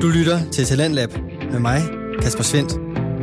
Du lytter til Talentlab med mig, Kasper Svendt.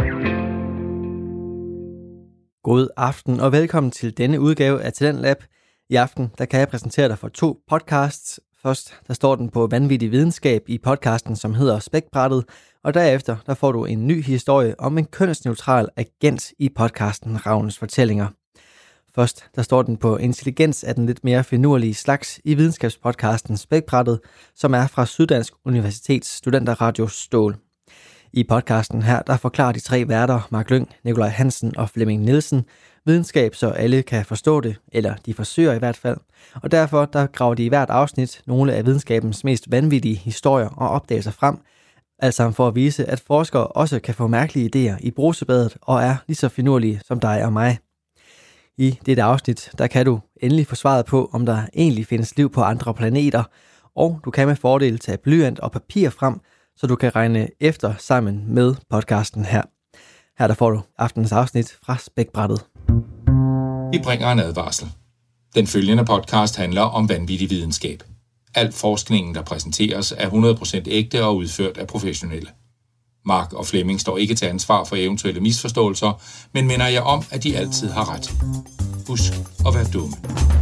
God aften og velkommen til denne udgave af Talentlab. I aften der kan jeg præsentere dig for 2 podcasts. Først der står den på vanvittig videnskab i podcasten, som hedder Spækbrættet, og derefter der får du en ny historie om en kønsneutral agent i podcasten Ravnes Fortællinger. Først der står den på intelligens af den lidt mere finurlige slags i videnskabspodcasten Spækbrættet, som er fra Syddansk Universitets studenterradio Stål. I podcasten her der forklarer de 3 værter, Mark Lyng, Nikolaj Hansen og Flemming Nielsen, videnskab, så alle kan forstå det, eller de forsøger i hvert fald. Og derfor der graver de i hvert afsnit nogle af videnskabens mest vanvittige historier og opdagelser frem, altså for at vise, at forskere også kan få mærkelige idéer i brusebadet og er lige så finurlige som dig og mig. I dette afsnit, der kan du endelig få svaret på, om der egentlig findes liv på andre planeter, og du kan med fordel tage blyant og papir frem, så du kan regne efter sammen med podcasten her. Her der får du aftenens afsnit fra Spækbrættet. Vi bringer en advarsel. Den følgende podcast handler om vanvittig videnskab. Al forskningen, der præsenteres, er 100% ægte og udført af professionelle. Mark og Flemming står ikke til ansvar for eventuelle misforståelser, men minder jer om, at de altid har ret. Husk at være dumme.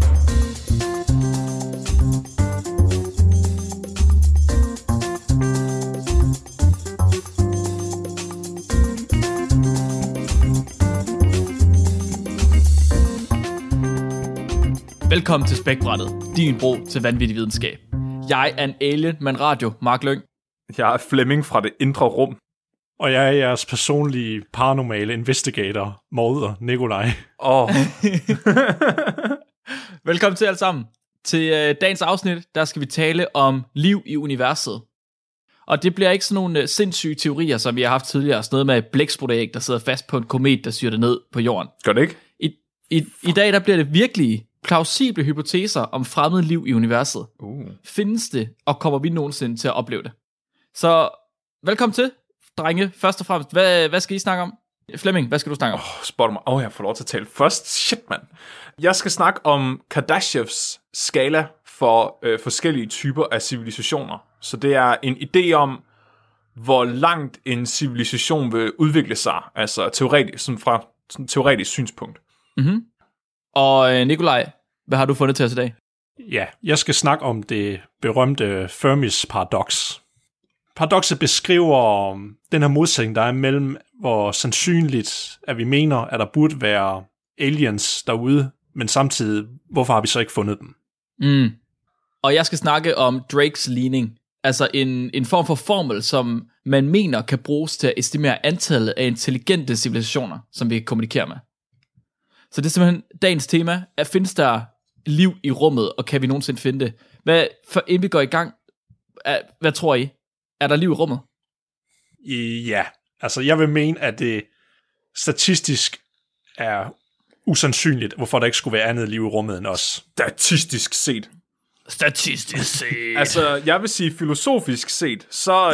Velkommen til Spækbrættet, din bro til vanvittig videnskab. Jeg er en alien med en radio, Mark Lyng. Jeg er Flemming fra det indre rum. Og jeg er jeres personlige paranormale investigator, Morder Nikolaj. Velkommen til alle sammen. Til dagens afsnit, der skal vi tale om liv i universet. Og det bliver ikke sådan nogle sindssyge teorier, som vi har haft tidligere. Sådan noget med blækspruteæg, der sidder fast på en komet, der syrer det ned på jorden. Gør det ikke? I dag, der bliver det virkelig plausible hypoteser om fremmed liv i universet. Findes det, og kommer vi nogensinde til at opleve det? Så velkommen til, drenge. Først og fremmest, hvad skal I snakke om? Flemming, hvad skal du snakke om? Spørg mig. Jeg får lov til at tale først. Shit, mand. Jeg skal snakke om Kardashians skala for forskellige typer af civilisationer. Så det er en idé om, hvor langt en civilisation vil udvikle sig, altså teoretisk, sådan fra sådan et teoretisk synspunkt. Mm-hmm. Og Nikolaj, hvad har du fundet til os i dag? Ja, jeg skal snakke om det berømte Fermis paradoks. Paradokset beskriver den her modsætning, der er mellem, hvor sandsynligt, at vi mener, at der burde være aliens derude, men samtidig, hvorfor har vi så ikke fundet dem? Og jeg skal snakke om Drakes ligning, altså en form for formel, som man mener kan bruges til at estimere antallet af intelligente civilisationer, som vi kan kommunikere med. Så det er simpelthen dagens tema, at findes der liv i rummet, og kan vi nogensinde finde det? Inden vi går i gang, hvad tror I? Er der liv i rummet? Ja, altså jeg vil mene, at det statistisk er usandsynligt, hvorfor der ikke skulle være andet liv i rummet end os. Statistisk set. Altså, jeg vil sige filosofisk set, så...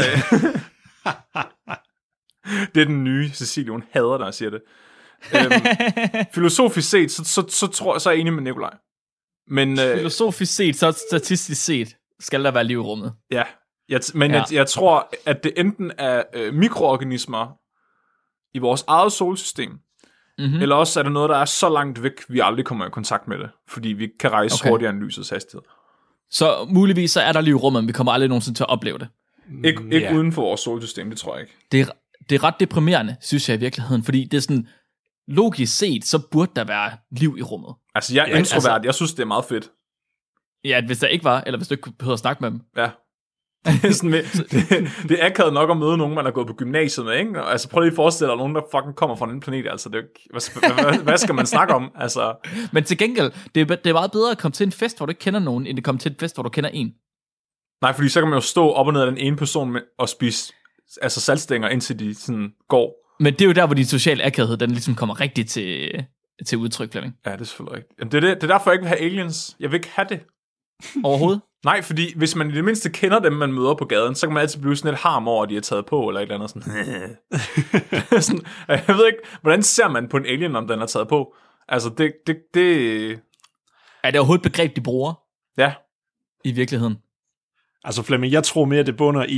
det er den nye Cecilie, hun hader, når jeg siger det. Filosofisk set, så tror jeg, så er jeg enig med Nikolaj. Men filosofisk set, så statistisk set, skal der være liv i rummet. Ja, jeg tror, at det enten er mikroorganismer i vores eget solsystem, eller også er det noget, der er så langt væk, vi aldrig kommer i kontakt med det, fordi vi kan rejse hurtigere end lysets hastighed. Så muligvis så er der liv i rummet, men vi kommer aldrig nogensinde til at opleve det. Ikke uden for vores solsystem, det tror jeg ikke. Det er ret deprimerende, synes jeg i virkeligheden, fordi det er sådan, logisk set, så burde der være liv i rummet. Altså, jeg er introvert, jeg synes, det er meget fedt. Ja, hvis der ikke var, eller hvis du ikke behøver at snakke med dem. Ja. Det er akavet nok at møde nogen, man har gået på gymnasiet med, ikke? Altså, prøv lige at forestille dig, nogen, der fucking kommer fra en anden planet, altså, det er ikke, hvad skal man snakke om? Altså. Men til gengæld, det er meget bedre at komme til en fest, hvor du ikke kender nogen, end at komme til en fest, hvor du kender en. Nej, fordi så kan man jo stå op og ned af den ene person og spise saltstænger, indtil de sådan går. Men det er jo der, hvor din sociale akavhed, den ligesom kommer rigtigt til udtryk, Flemming. Ja, det er selvfølgelig rigtigt. Jamen, det er derfor, jeg ikke vil have aliens. Jeg vil ikke have det. Overhovedet? Nej, fordi hvis man i det mindste kender dem, man møder på gaden, så kan man altid blive sådan lidt harm over, at de er taget på, eller et eller andet sådan. Sådan, jeg ved ikke, hvordan ser man på en alien, om den er taget på? Altså, det... Er det overhovedet et begreb, de bruger? Ja. I virkeligheden? Altså Flemming, jeg tror mere, det bunder i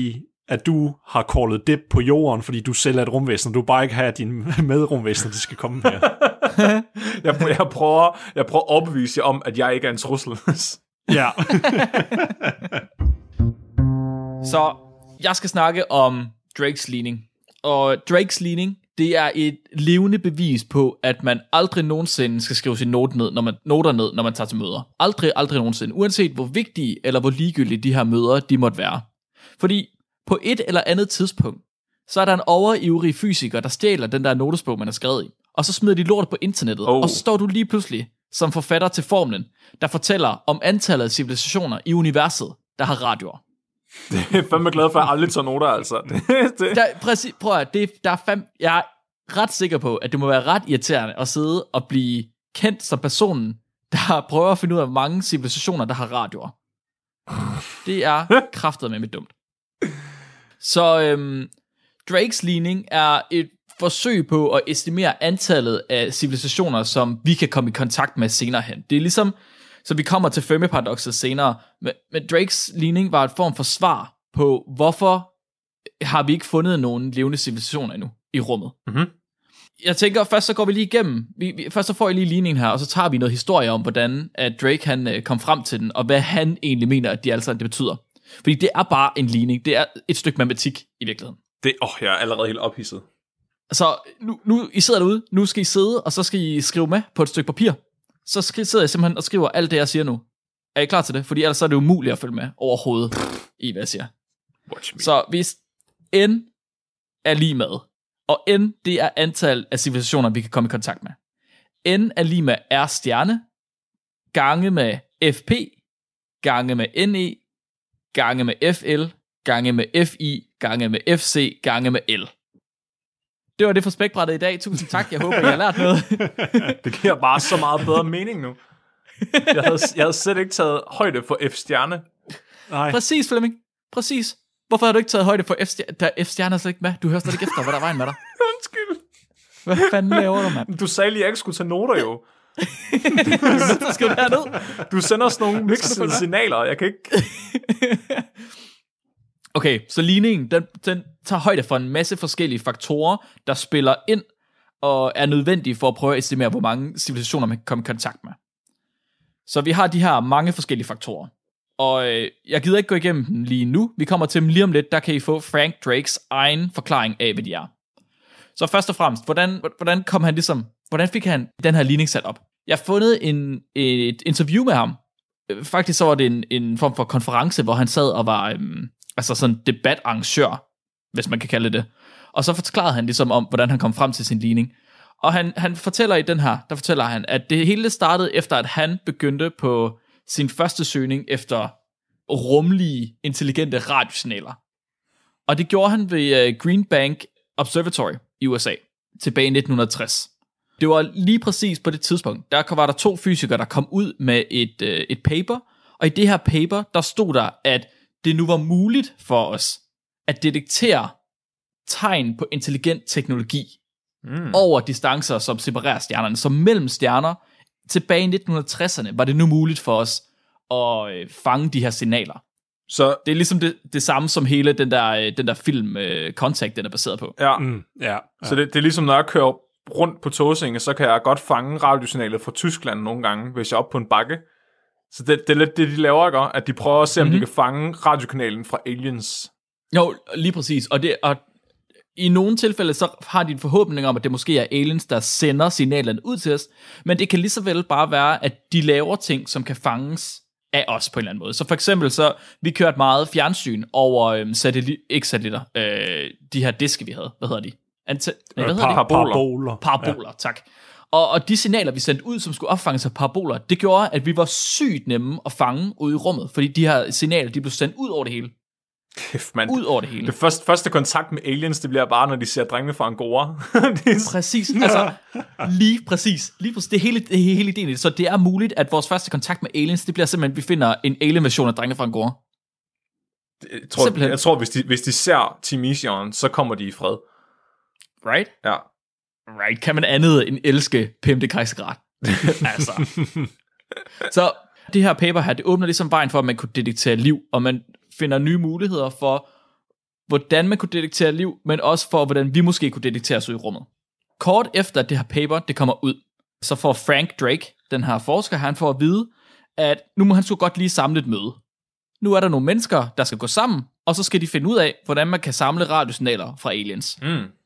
Jeg du har callet dip på jorden, fordi du selv er et rumvæsen, og du bare ikke har dine medrumvæsener, de skal komme her. jeg prøver at overbevise jer om, at jeg ikke er en trussel. Ja. Så jeg skal snakke om Drakes ligning. Og Drakes ligning, det er et levende bevis på, at man aldrig nogensinde skal skrive sin noter ned, når man tager til møder. Aldrig nogensinde. Uanset hvor vigtige eller hvor ligegyldige de her møder, de måtte være. Fordi på et eller andet tidspunkt, så er der en overivrig fysiker, der stjæler den der notesbog, man har skrevet i. Og så smider de lort på internettet. Og så står du lige pludselig som forfatter til formlen, der fortæller om antallet af civilisationer i universet, der har radioer. Det er fandme glad for, at jeg aldrig tager noter, altså. Prøv at jeg er ret sikker på, at det må være ret irriterende at sidde og blive kendt som personen, der prøver at finde ud af, hvor mange civilisationer, der har radioer. Det er kraftedeme med dumt. Så Drakes ligning er et forsøg på at estimere antallet af civilisationer, som vi kan komme i kontakt med senere hen. Det er ligesom, så vi kommer til Fermi-paradokset senere, men Drakes ligning var et form for svar på, hvorfor har vi ikke fundet nogen levende civilisationer endnu i rummet. Mm-hmm. Jeg tænker, først så går vi lige igennem, først så får jeg lige ligningen her, og så tager vi noget historie om, hvordan at Drake han kom frem til den, og hvad han egentlig mener, at det betyder. Fordi det er bare en ligning, det er et stykke matematik i virkeligheden. Jeg er allerede helt ophidset. Så nu I sidder derude, nu skal I sidde, og så skal I skrive med på et stykke papir. Så sidder jeg simpelthen og skriver alt det, jeg siger nu. Er I klar til det? Fordi ellers er det umuligt at følge med overhovedet i, hvad jeg siger. Så hvis n er lige med, og n, det er antal af civilisationer, vi kan komme i kontakt med. N er lige med R stjerne, gange med FP, gange med NE, gange med FL, gange med FI, gange med FC, gange med L. Det var det for spækbrættet i dag. Tusind tak. Jeg håber, I har lært noget. Det giver bare så meget bedre mening nu. Jeg havde slet ikke taget højde for F-stjerne. Nej. Præcis, Flemming. Præcis. Hvorfor har du ikke taget højde for F-stjerne? Der er F-stjerne slet ikke med. Du hører slet ikke efter, hvad der er vejen med dig. Undskyld. Hvad fanden laver du, mand? Du sagde lige, at jeg ikke skulle tage noter, jo. Så skal du herned. Du sender sådan nogle mixede signaler. Jeg kan ikke... Okay, så ligningen, den tager højde for en masse forskellige faktorer, der spiller ind og er nødvendige for at prøve at estimere, hvor mange civilisationer man kan komme i kontakt med. Så vi har de her mange forskellige faktorer. Og jeg gider ikke gå igennem dem lige nu. Vi kommer til dem lige om lidt, der kan I få Frank Drakes egen forklaring af, hvad de er. Så først og fremmest, hvordan fik han den her ligning sat op? Jeg har fundet et interview med ham. Faktisk så var det en form for konference, hvor han sad og var sådan debatarrangør, hvis man kan kalde det. Og så forklarede han ligesom om, hvordan han kom frem til sin ligning. Og han fortæller i den her, der fortæller han, at det hele startede efter, at han begyndte på sin første søgning efter rumlige, intelligente radiosignaler. Og det gjorde han ved Green Bank Observatory i USA, tilbage i 1960. Det var lige præcis på det tidspunkt, der var der 2 fysikere, der kom ud med et paper, og i det her paper, der stod der, at det nu var muligt for os at detektere tegn på intelligent teknologi over distancer, som separerer stjernerne. Så mellem stjerner, tilbage i 1960'erne, var det nu muligt for os at fange de her signaler. Så det er ligesom det samme som hele den der film Contact, den er baseret på. Ja. Ja. Så det er ligesom, når jeg kører rundt på Tåsinge, så kan jeg godt fange radiosignalet fra Tyskland nogle gange, hvis jeg er oppe på en bakke. Så det er lidt det, de laver, ikke? At de prøver at se, om de kan fange radiokanalen fra aliens. Jo, lige præcis. Og i nogle tilfælde, så har de en forhåbning om, at det måske er aliens, der sender signalerne ud til os. Men det kan lige så vel bare være, at de laver ting, som kan fanges af os på en eller anden måde. Så for eksempel, så vi kørte meget fjernsyn over de her diske, vi havde. Hvad hedder de? Paraboler, tak. Og de signaler, vi sendte ud, som skulle opfanges af paraboler, det gjorde, at vi var sygt nemme at fange ude i rummet, fordi de her signaler, de blev sendt ud over det hele. Kæft, mand. Ud over det hele. Det første kontakt med aliens, det bliver bare, når de ser drengene fra Angora. Præcis, altså, lige præcis. Det er hele ideen. Så det er muligt, at vores første kontakt med aliens, det bliver simpelthen, at vi finder en alien-version af drengene fra Angora. Jeg tror, hvis de ser Team Mission, så kommer de i fred. Right? Ja. Right, kan man andet end elske Pimte Kejsergrat? Altså. Så det her paper her, det åbner ligesom vejen for, at man kunne detektere liv, og man finder nye muligheder for hvordan man kunne detektere liv, men også for, hvordan vi måske kunne detektere os ud i rummet. Kort efter, at det her paper det kommer ud, så får Frank Drake, den her forsker, han får at vide, at nu må han så godt lige samle et møde. Nu er der nogle mennesker, der skal gå sammen, og så skal de finde ud af, hvordan man kan samle radiosignaler fra aliens.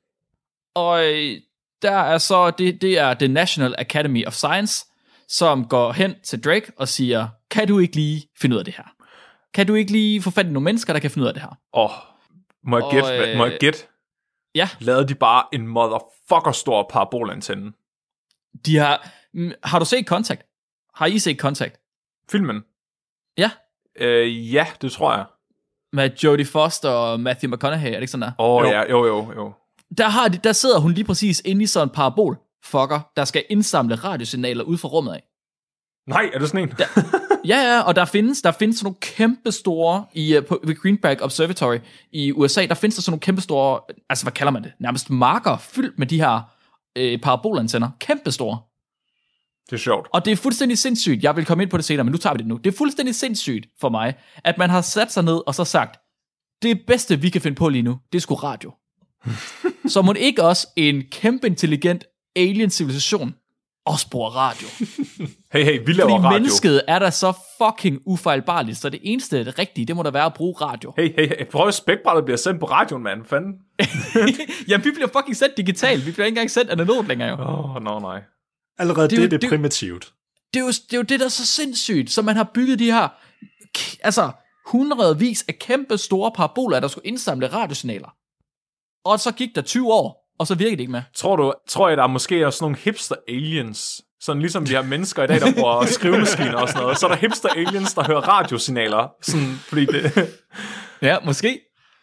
Og der er så, det er The National Academy of Science, som går hen til Drake og siger, kan du ikke lige finde ud af det her? Kan du ikke lige få fat i nogle mennesker, der kan finde ud af det her? Må jeg gætte? Ja. Lavede de bare en motherfucker stor parabolantenne? De har du set Contact? Har I set Contact? Filmen? Ja. Ja, det tror jeg. Med Jodie Foster og Matthew McConaughey, er det ikke sådan der? Ja, jo. Der sidder hun lige præcis inde i sådan en parabolfucker, der skal indsamle radiosignaler ud fra rummet af. Nej, er det sådan en? Ja, og der findes sådan nogle kæmpe store ved Greenberg Observatory i USA, der findes der sådan nogle kæmpe store, altså hvad kalder man det? Nærmest marker fyldt med de her parabolantenner. Kæmpe store. Det er sjovt. Og det er fuldstændig sindssygt, jeg vil komme ind på det senere, men nu tager vi det nu. Det er fuldstændig sindssygt for mig, at man har sat sig ned og så sagt, det bedste vi kan finde på lige nu, det er sgu radio. Så må ikke også en kæmpe intelligent alien civilisation også bruger radio. Hey, vi laver Fordi radio. mennesket er der så fucking ufejlbarligt, så det eneste det rigtige, det må da være at bruge radio. Hey, prøv at spækbrættet bliver sendt på radioen, mand. Fanden. Jamen, vi bliver fucking sendt digitalt. Vi bliver ikke engang sendt analogt længere, jo. Nej. Allerede det er primitivt. Det er jo det, der er så sindssygt, så man har bygget de her, altså, hundredvis af kæmpe store paraboler, der skulle indsamle radiosignaler. Og så gik der 20 år, og så virkede det ikke mere. Tror jeg, der er måske også nogle hipster-aliens, sådan ligesom vi har mennesker i dag, der bruger skrivemaskiner og sådan noget, så er der hipster-aliens, der hører radiosignaler, sådan, fordi det... Ja, måske.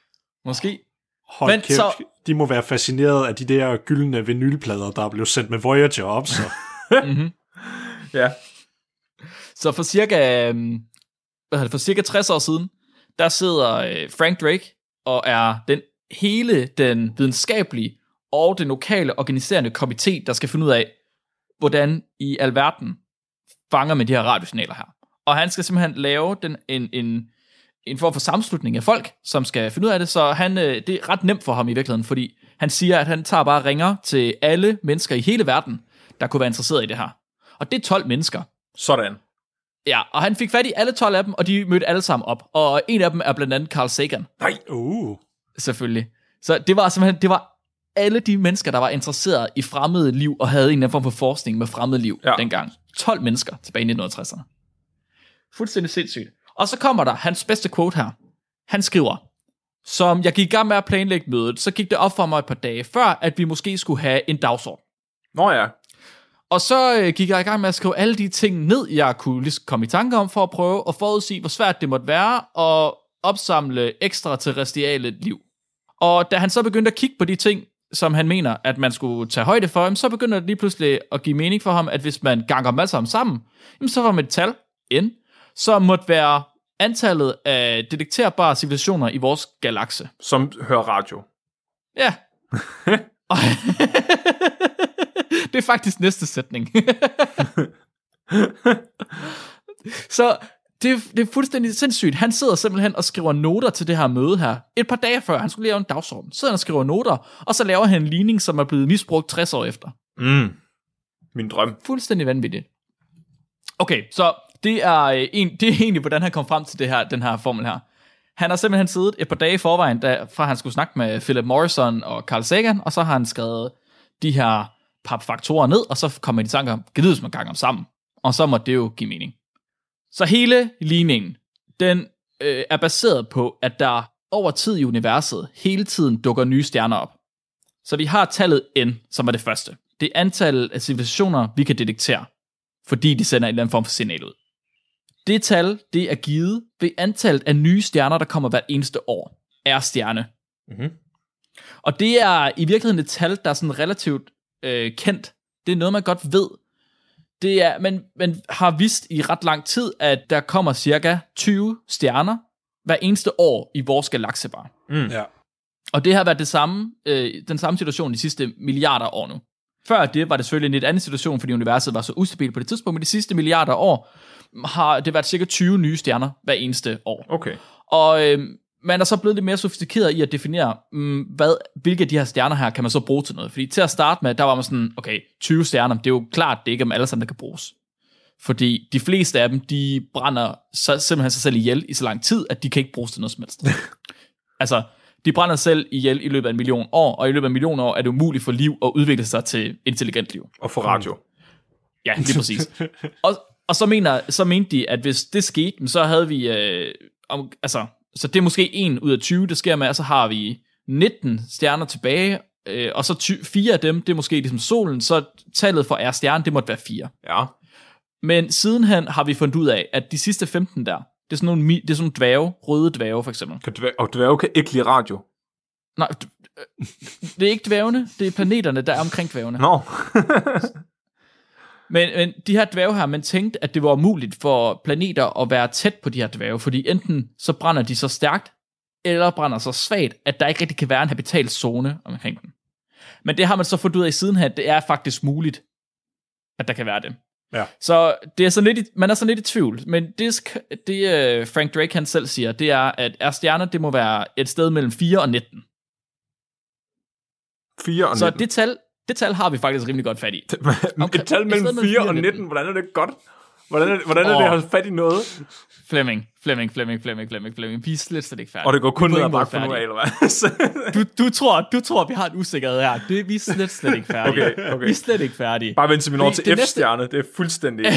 Hold Men kæft, så... de må være fascineret af de der gyldne vinylplader, der er blevet sendt med Voyager op, så... Ja. Så for cirka 60 år siden, der sidder Frank Drake og er den videnskabelige og den lokale organiserende komité, der skal finde ud af, hvordan i alverden fanger med de her radiosignaler her. Og han skal simpelthen lave en form for sammenslutning af folk, som skal finde ud af det, så det er ret nemt for ham i virkeligheden, fordi han siger, at han tager bare ringer til alle mennesker i hele verden, der kunne være interesseret i det her. Og det er 12 mennesker. Sådan. Ja, og han fik fat i alle 12 af dem, og de mødte alle sammen op. Og en af dem er blandt andet Carl Sagan. Nej. Selvfølgelig. Så det var simpelthen, alle de mennesker, der var interesseret i fremmede liv, og havde en eller anden form for forskning med fremmede liv dengang. 12 mennesker tilbage i 1960'erne. Fuldstændig sindssygt. Og så kommer der hans bedste quote her. Han skriver, som jeg gik i gang med at planlægge mødet, så gik det op for mig et par dage før, at vi måske skulle have en dagsorden. Nå ja. Og så gik jeg i gang med at skrive alle de ting ned, jeg kunne lige komme i tanke om, for at prøve at forudsige, hvor svært det måtte være, at opsamle ekstraterrestriale liv. Og da han så begyndte at kigge på de ting, som han mener, at man skulle tage højde for, så begynder det lige pludselig at give mening for ham, at hvis man ganger dem alle sammen, så var man et tal, n, som måtte være antallet af detekterbare civilisationer i vores galakse. Som hører radio. Ja. Det er faktisk næste sætning. Så det er fuldstændig sindssygt. Han sidder simpelthen og skriver noter til det her møde her. Et par dage før, han skulle lave en dagsorden. Så sidder han og skriver noter, og så laver han en ligning, som er blevet misbrugt 60 år efter. Min drøm. Fuldstændig vanvittigt. Okay, så det er egentlig, hvordan han kom frem til den her formel her. Han har simpelthen siddet et par dage i forvejen, fra han skulle snakke med Philip Morrison og Carl Sagan, og så har han skrevet de her faktorer ned, og så kommer de i tanke om, givet hvis man ganger dem sammen. Og så må det jo give mening. Så hele ligningen, den er baseret på, at der over tid i universet hele tiden dukker nye stjerner op. Så vi har tallet n, som er det første. Det er antallet af civilisationer, vi kan detektere, fordi de sender en eller anden form for signal ud. Det tal, det er givet ved antallet af nye stjerner, der kommer hvert eneste år, er stjerne. Mm-hmm. Og det er i virkeligheden et tal, der er sådan relativt kendt. Det er noget, man godt ved. Det er, man har vidst i ret lang tid, at der kommer cirka 20 stjerner hver eneste år i vores galakse bare. Ja. Og det har været den samme situation de sidste milliarder år nu. Før det var det selvfølgelig en lidt anden situation, fordi universet var så ustabilt på det tidspunkt, men de sidste milliarder år har det været cirka 20 nye stjerner hver eneste år. Okay. Og man er så blevet lidt mere sofistikeret i at definere, hvilke af de her stjerner her kan man så bruge til noget. Fordi til at starte med, der var man sådan, okay, 20 stjerner, det er jo klart, det er ikke dem alle sammen, der kan bruges. Fordi de fleste af dem, de brænder simpelthen sig selv ihjel i så lang tid, at de kan ikke bruges til noget som helst. Altså, de brænder selv ihjel i løbet af 1 million år, og i løbet af 1 million år er det umuligt for liv at udvikle sig til intelligent liv. Og for radio. Ja, lige præcis. Og så mente de, at hvis det skete, så havde vi, så det er måske 1 ud af 20, det sker med, og så har vi 19 stjerner tilbage, og så 4 af dem, det er måske ligesom solen, så tallet for R-stjerne, det måtte være 4. Ja. Men sidenhen har vi fundet ud af, at de sidste 15 der, det er sådan nogle dværge, røde dværge for eksempel. Og dværge kan ikke lide radio. Nej, det er ikke dværgene, det er planeterne, der er omkring dværgene. Nå. Men de her dværge her, man tænkte, at det var muligt for planeter at være tæt på de her dværge, fordi enten så brænder de så stærkt, eller brænder så svagt, at der ikke rigtig kan være en habital zone omkring dem. Men det har man så fundet ud af i siden her, at det er faktisk muligt, at der kan være det. Ja. Så det er sådan lidt, man er sådan lidt i tvivl, men det Frank Drake han selv siger, det er, at R-stjerner, det må være et sted mellem 4 og 19. 4 og 19. Så det tal har vi faktisk rimelig godt fat i. Et tal mellem 4 og 19, hvordan er det godt? Hvordan er det at have fat i noget? Flemming. Vi er slet ikke færdige. Og det går kun ned ad bakke for nu af, eller hvad? du tror, vi har en usikkerhed her. Vi er slet ikke færdige. Okay. Vi er slet ikke færdige. Bare vent til vi når til F-stjerne. Det er fuldstændig...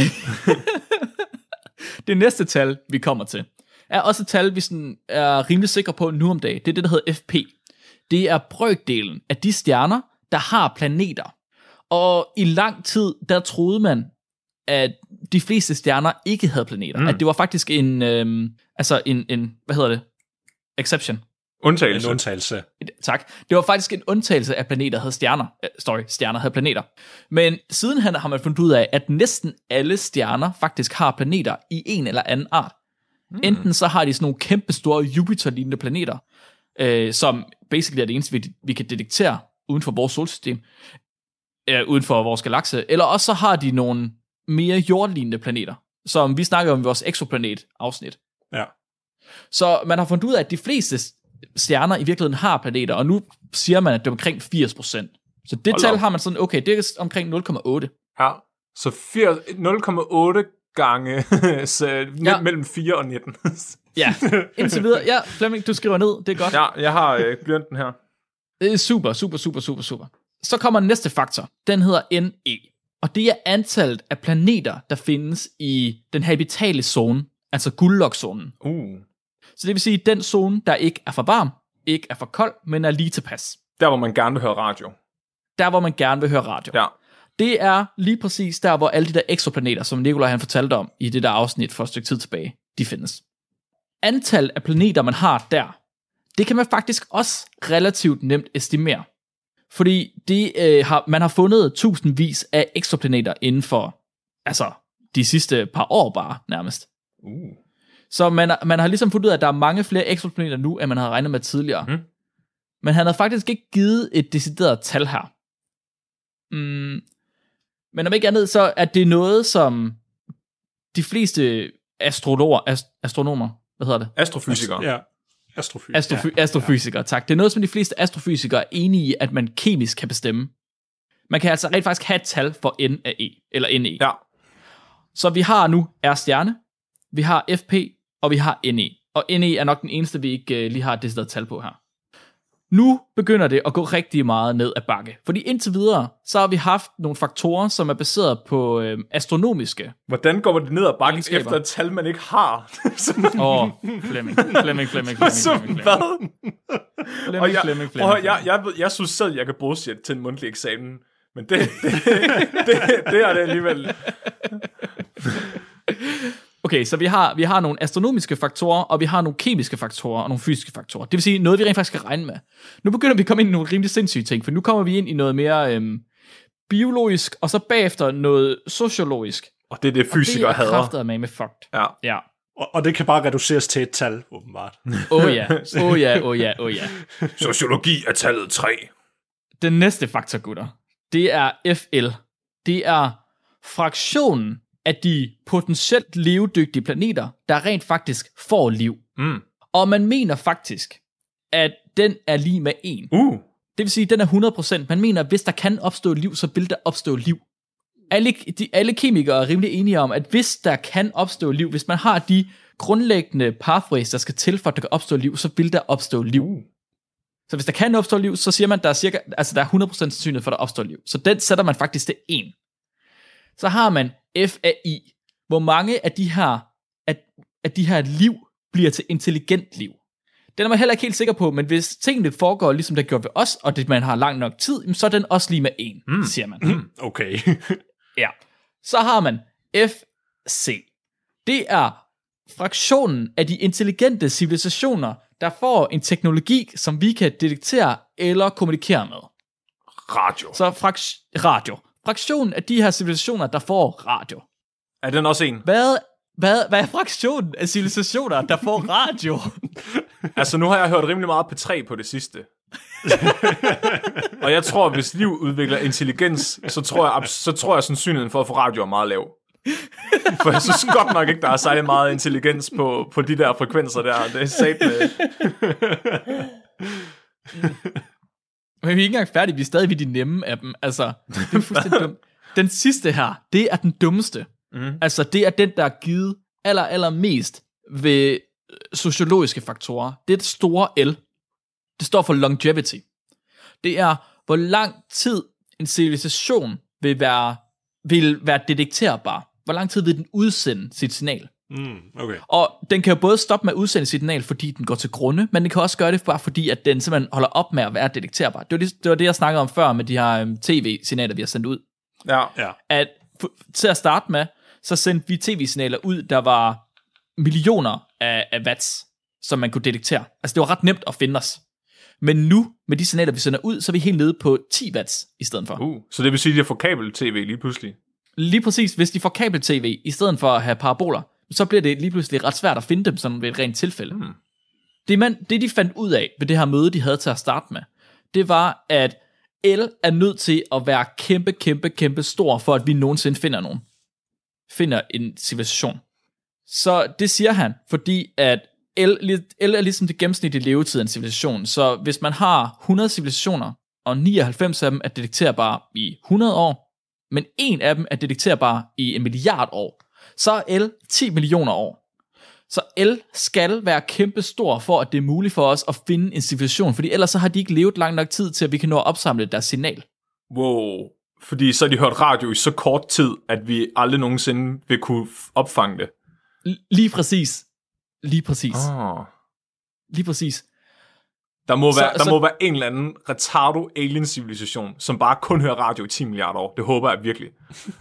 Det næste tal, vi kommer til, er også et tal, vi sådan er rimelig sikre på nu om dagen. Det er det, der hedder FP. Det er brøkdelen af de stjerner, der har planeter. Og i lang tid, der troede man, at de fleste stjerner ikke havde planeter. At det var faktisk en hvad hedder det? Exception. Undtagelse. En undtagelse. Tak. Det var faktisk en undtagelse af planeter havde stjerner. Stjerner havde planeter. Men sidenhen har man fundet ud af, at næsten alle stjerner faktisk har planeter i en eller anden art. Enten så har de sådan nogle kæmpe store Jupiter-lignende planeter, som basically er det eneste, vi kan detektere uden for vores solsystem, uden for vores galakse, eller også så har de nogle mere jordlignende planeter, som vi snakker om i vores exoplanet-afsnit. Ja. Så man har fundet ud af, at de fleste stjerner i virkeligheden har planeter, og nu siger man, at det er omkring 80%. Så det tal har man sådan, okay, det er omkring 0,8. Ja, så 0,8 gange mellem 4 og 19. Ja, indtil videre. Ja, Flemming, du skriver ned, det er godt. Ja, jeg har blyanten her. Det er super. Så kommer næste faktor. Den hedder NE. Og det er antallet af planeter, der findes i den habitale zone, altså Goldilocks-zonen. Så det vil sige, den zone, der ikke er for varm, ikke er for kold, men er lige tilpas. Der, hvor man gerne vil høre radio. Ja. Det er lige præcis der, hvor alle de der exoplaneter, som Nikolaj han fortalte om i det der afsnit for et stykke tid tilbage, de findes. Antal af planeter, man har der, det kan man faktisk også relativt nemt estimere. Fordi man har fundet tusindvis af exoplaneter inden for de sidste par år bare nærmest. Så man har ligesom fundet ud af, at der er mange flere exoplaneter nu, end man havde regnet med tidligere. Men han havde faktisk ikke givet et decideret tal her. Men om ikke andet, så er det noget, som de fleste astronomer, hvad hedder det? Astrofysikere. Ja. Astrofysikere, tak. Det er noget, som de fleste astrofysikere er enige i, at man kemisk kan bestemme. Man kan altså rent faktisk have et tal for N af E, eller NE. Ja. Så vi har nu R-stjerne, vi har FP, og vi har NE. Og NE er nok den eneste, vi ikke lige har et decideret tal på her. Nu begynder det at gå rigtig meget ned ad bakke. Fordi indtil videre, så har vi haft nogle faktorer, som er baseret på astronomiske. Hvordan går det ned ad bakke efter et tal, man ikke har? Flemming. Jeg synes selv, jeg kan bruge det til en mundtlig eksamen. Men det er det alligevel. Okay, så vi har nogle astronomiske faktorer, og vi har nogle kemiske faktorer, og nogle fysiske faktorer. Det vil sige, noget vi rent faktisk skal regne med. Nu begynder vi at komme ind i nogle rimelig sindssyge ting, for nu kommer vi ind i noget mere biologisk, og så bagefter noget sociologisk. Og det er det, fysikere hader. Og det er kraftedeme med fucked. Ja. Og det kan bare reduceres til et tal, åbenbart. Ja. Sociologi er tallet 3. Den næste faktor, gutter, det er FL. Det er fraktionen af de potentielt levedygtige planeter, der rent faktisk får liv. Og man mener faktisk, at den er lige med 1. Det vil sige, at den er 100%. Man mener, at hvis der kan opstå liv, så vil der opstå liv. Alle kemikere er rimelig enige om, at hvis der kan opstå liv, hvis man har de grundlæggende pathways, der skal til, for at der kan opstå liv, så vil der opstå liv. Så hvis der kan opstå liv, så siger man, at der er 100% sandsynlighed for, at der opstår liv. Så den sætter man faktisk til 1. Så har man FAI. Hvor mange af de her liv bliver til intelligent liv. Den er man heller ikke helt sikker på, men hvis tingene foregår, ligesom det gjort ved os, og det man har lang nok tid, så er den også lige med 1, siger man. Okay. Ja. Så har man FC. Det er fraktionen af de intelligente civilisationer, der får en teknologi, som vi kan detektere eller kommunikere med. Radio. Så radio. Fraktionen af de her civilisationer, der får radio. Er den også 1? Hvad er fraktionen af civilisationer, der får radio? Altså, nu har jeg hørt rimelig meget P3 på det sidste. Og jeg tror, hvis liv udvikler intelligens, så tror jeg sandsynligheden for at få radio er meget lav. For jeg synes godt nok ikke, der er særlig meget intelligens på de der frekvenser der. Det er satme. Men vi er ikke engang færdige, vi er stadig ved de nemme af dem. Altså, det er fuldstændig dumt. Den sidste her, det er den dummeste. Altså, det er den, der er givet allermest ved sociologiske faktorer. Det er det store L. Det står for longevity. Det er, hvor lang tid en civilisation vil være detekterbar. Hvor lang tid vil den udsende sit signal. Okay. Og den kan jo både stoppe med at udsende sit signal, fordi den går til grunde, men den kan også gøre det bare fordi, at den simpelthen holder op med at være detekterbar. Det var det, jeg snakkede om før med de her tv-signaler, vi har sendt ud. Ja. At til at starte med, så sendte vi tv-signaler ud, der var millioner af watts, som man kunne detektere. Altså det var ret nemt at finde os. Men nu, med de signaler, vi sender ud, så er vi helt nede på 10 watts i stedet for. Så det vil sige, at de får kabel-tv lige pludselig? Lige præcis. Hvis de får kabel-tv, i stedet for at have paraboler, så bliver det lige pludselig ret svært at finde dem, sådan ved et rent tilfælde. Det, de fandt ud af ved det her møde, de havde til at starte med, det var, at El er nødt til at være kæmpe stor, for at vi nogensinde finder en civilisation. Så det siger han, fordi at El er ligesom det gennemsnitlige levetid af en civilisation. Så hvis man har 100 civilisationer, og 99 af dem er detekterbare i 100 år, men en af dem er detekterbar i 1 milliard år, så er El 10 millioner år. Så El skal være kæmpe stor, for at det er muligt for os at finde en civilisation, fordi ellers så har de ikke levet lang nok tid til, at vi kan nå at opsamle deres signal. Wow. Fordi så har de hørt radio i så kort tid, at vi aldrig nogensinde vil kunne opfange det. Lige præcis. Lige præcis. Der må være en eller anden retardo alien civilisation, som bare kun hører radio i 10 milliarder år. Det håber jeg virkelig.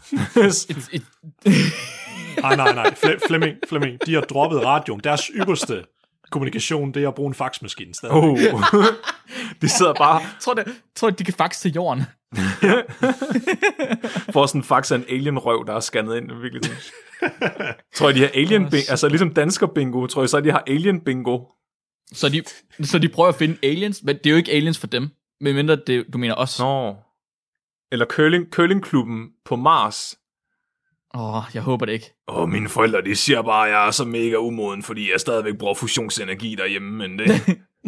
Nej. Flemming, de har droppet radioen. Deres ypperste kommunikation, det er at bruge en faxmaskine stadig. De sidder bare... Tror de kan faxe til jorden? For sådan en fax af en alien-røv, der er scannet ind. Virkelig. Tror jeg, de har alien bingo, altså ligesom dansker bingo, tror jeg så, de har alien bingo. Så de prøver at finde aliens, men det er jo ikke aliens for dem, medmindre du mener os. Nå. Eller curlingklubben på Mars. Jeg håber det ikke. Mine forældre, de siger bare, at jeg er så mega umoden, fordi jeg stadigvæk bruger fusionsenergi derhjemme, men det...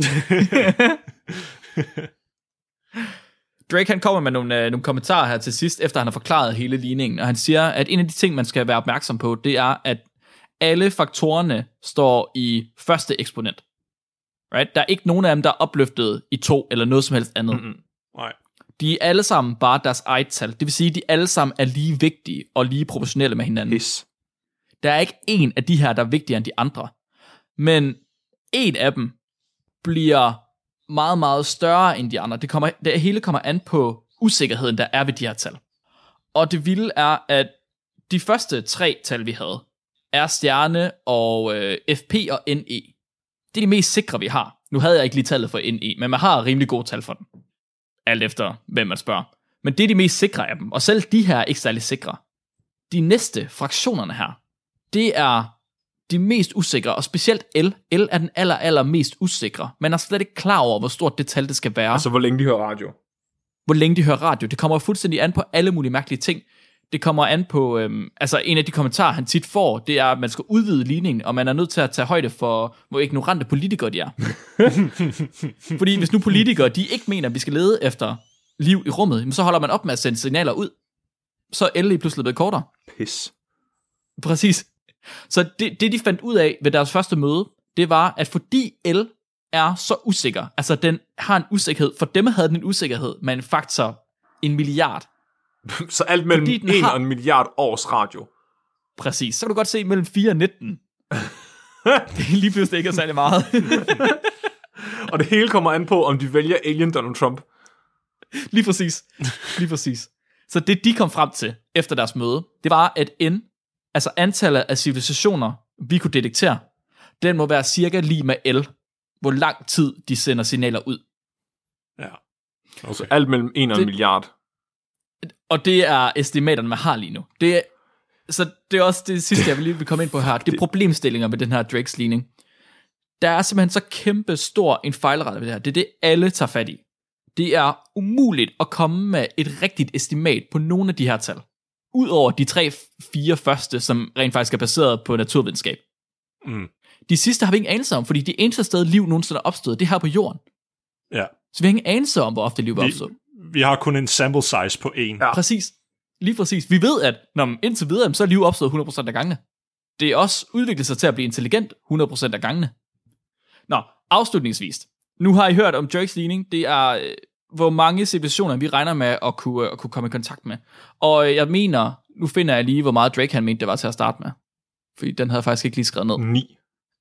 Drake han kommer med nogle kommentarer her til sidst, efter han har forklaret hele ligningen, og han siger, at en af de ting, man skal være opmærksom på, det er, at alle faktorerne står i første eksponent. Right? Der er ikke nogen af dem, der er opløftet i 2 eller noget som helst andet. Nej. De er alle sammen bare deres eget tal. Det vil sige, at de alle sammen er lige vigtige og lige proportionelle med hinanden. Yes. Der er ikke en af de her, der er vigtigere end de andre. Men en af dem bliver meget, meget større end de andre. Det hele kommer an på usikkerheden, der er ved de her tal. Og det vilde er, at de første 3 tal, vi havde, er stjerne og FP og NE. Det er de mest sikre, vi har. Nu havde jeg ikke lige tallet for NE, men man har rimelig gode tal for den. Alt efter, hvem man spørger. Men det er de mest sikre af dem. Og selv de her er ikke særlig sikre. De næste fraktionerne her, det er de mest usikre, og specielt L. L er den aller mest usikre. Man er slet ikke klar over, hvor stort det tal, det skal være. Altså, hvor længe de hører radio. Hvor længe de hører radio. Det kommer fuldstændig an på alle mulige mærkelige ting. det kommer an på, altså en af de kommentarer, han tit får, det er, at man skal udvide ligningen, og man er nødt til at tage højde for, hvor ignorante politikere de er. Fordi hvis nu politikere, de ikke mener, at vi skal lede efter liv i rummet, så holder man op med at sende signaler ud. Så er el lige pludselig blevet kortere. Pis. Præcis. Så det, de fandt ud af ved deres første møde, det var, at fordi el er så usikker, altså den har en usikkerhed, for dem havde den en usikkerhed med en faktor 1 milliard. Så alt mellem 1 og 1 milliard års radio. Præcis. Så kan du godt se mellem 4 og 19. Det er lige pludselig ikke særlig meget. Og det hele kommer an på, om de vælger Alien Donald Trump. Lige præcis. Lige præcis. Så det, de kom frem til efter deres møde, det var, at altså antallet af civilisationer, vi kunne detektere, den må være cirka lige med el, hvor lang tid de sender signaler ud. Ja. Okay. Så alt mellem 1 og 1 milliard. Og det er estimaterne, man har lige nu. Så det er også det sidste, jeg vil komme ind på her. Det er problemstillinger med den her Drakes ligning. Der er simpelthen så kæmpe stor en fejlrette ved det her. Det er det, alle tager fat i. Det er umuligt at komme med et rigtigt estimat på nogle af de her tal. Udover de 3-4 første, som rent faktisk er baseret på naturvidenskab. Mm. De sidste har vi ingen anelse om, fordi det eneste sted, liv nogensinde er opstået, det er her på jorden. Ja. Så vi har ingen anelse om, hvor ofte liv er opstået. Vi har kun en sample size på 1. Ja. Præcis. Lige præcis. Vi ved, at indtil videre, så er liv opstået 100% af gangene. Det er også udviklet sig til at blive intelligent 100% af gangene. Nå, afslutningsvis. Nu har I hørt om Drakes ligning. Det er, hvor mange civilisationer vi regner med at kunne komme i kontakt med. Og jeg mener, nu finder jeg lige, hvor meget Drake han mente, det var til at starte med. Fordi den havde jeg faktisk ikke lige skrevet ned. 9.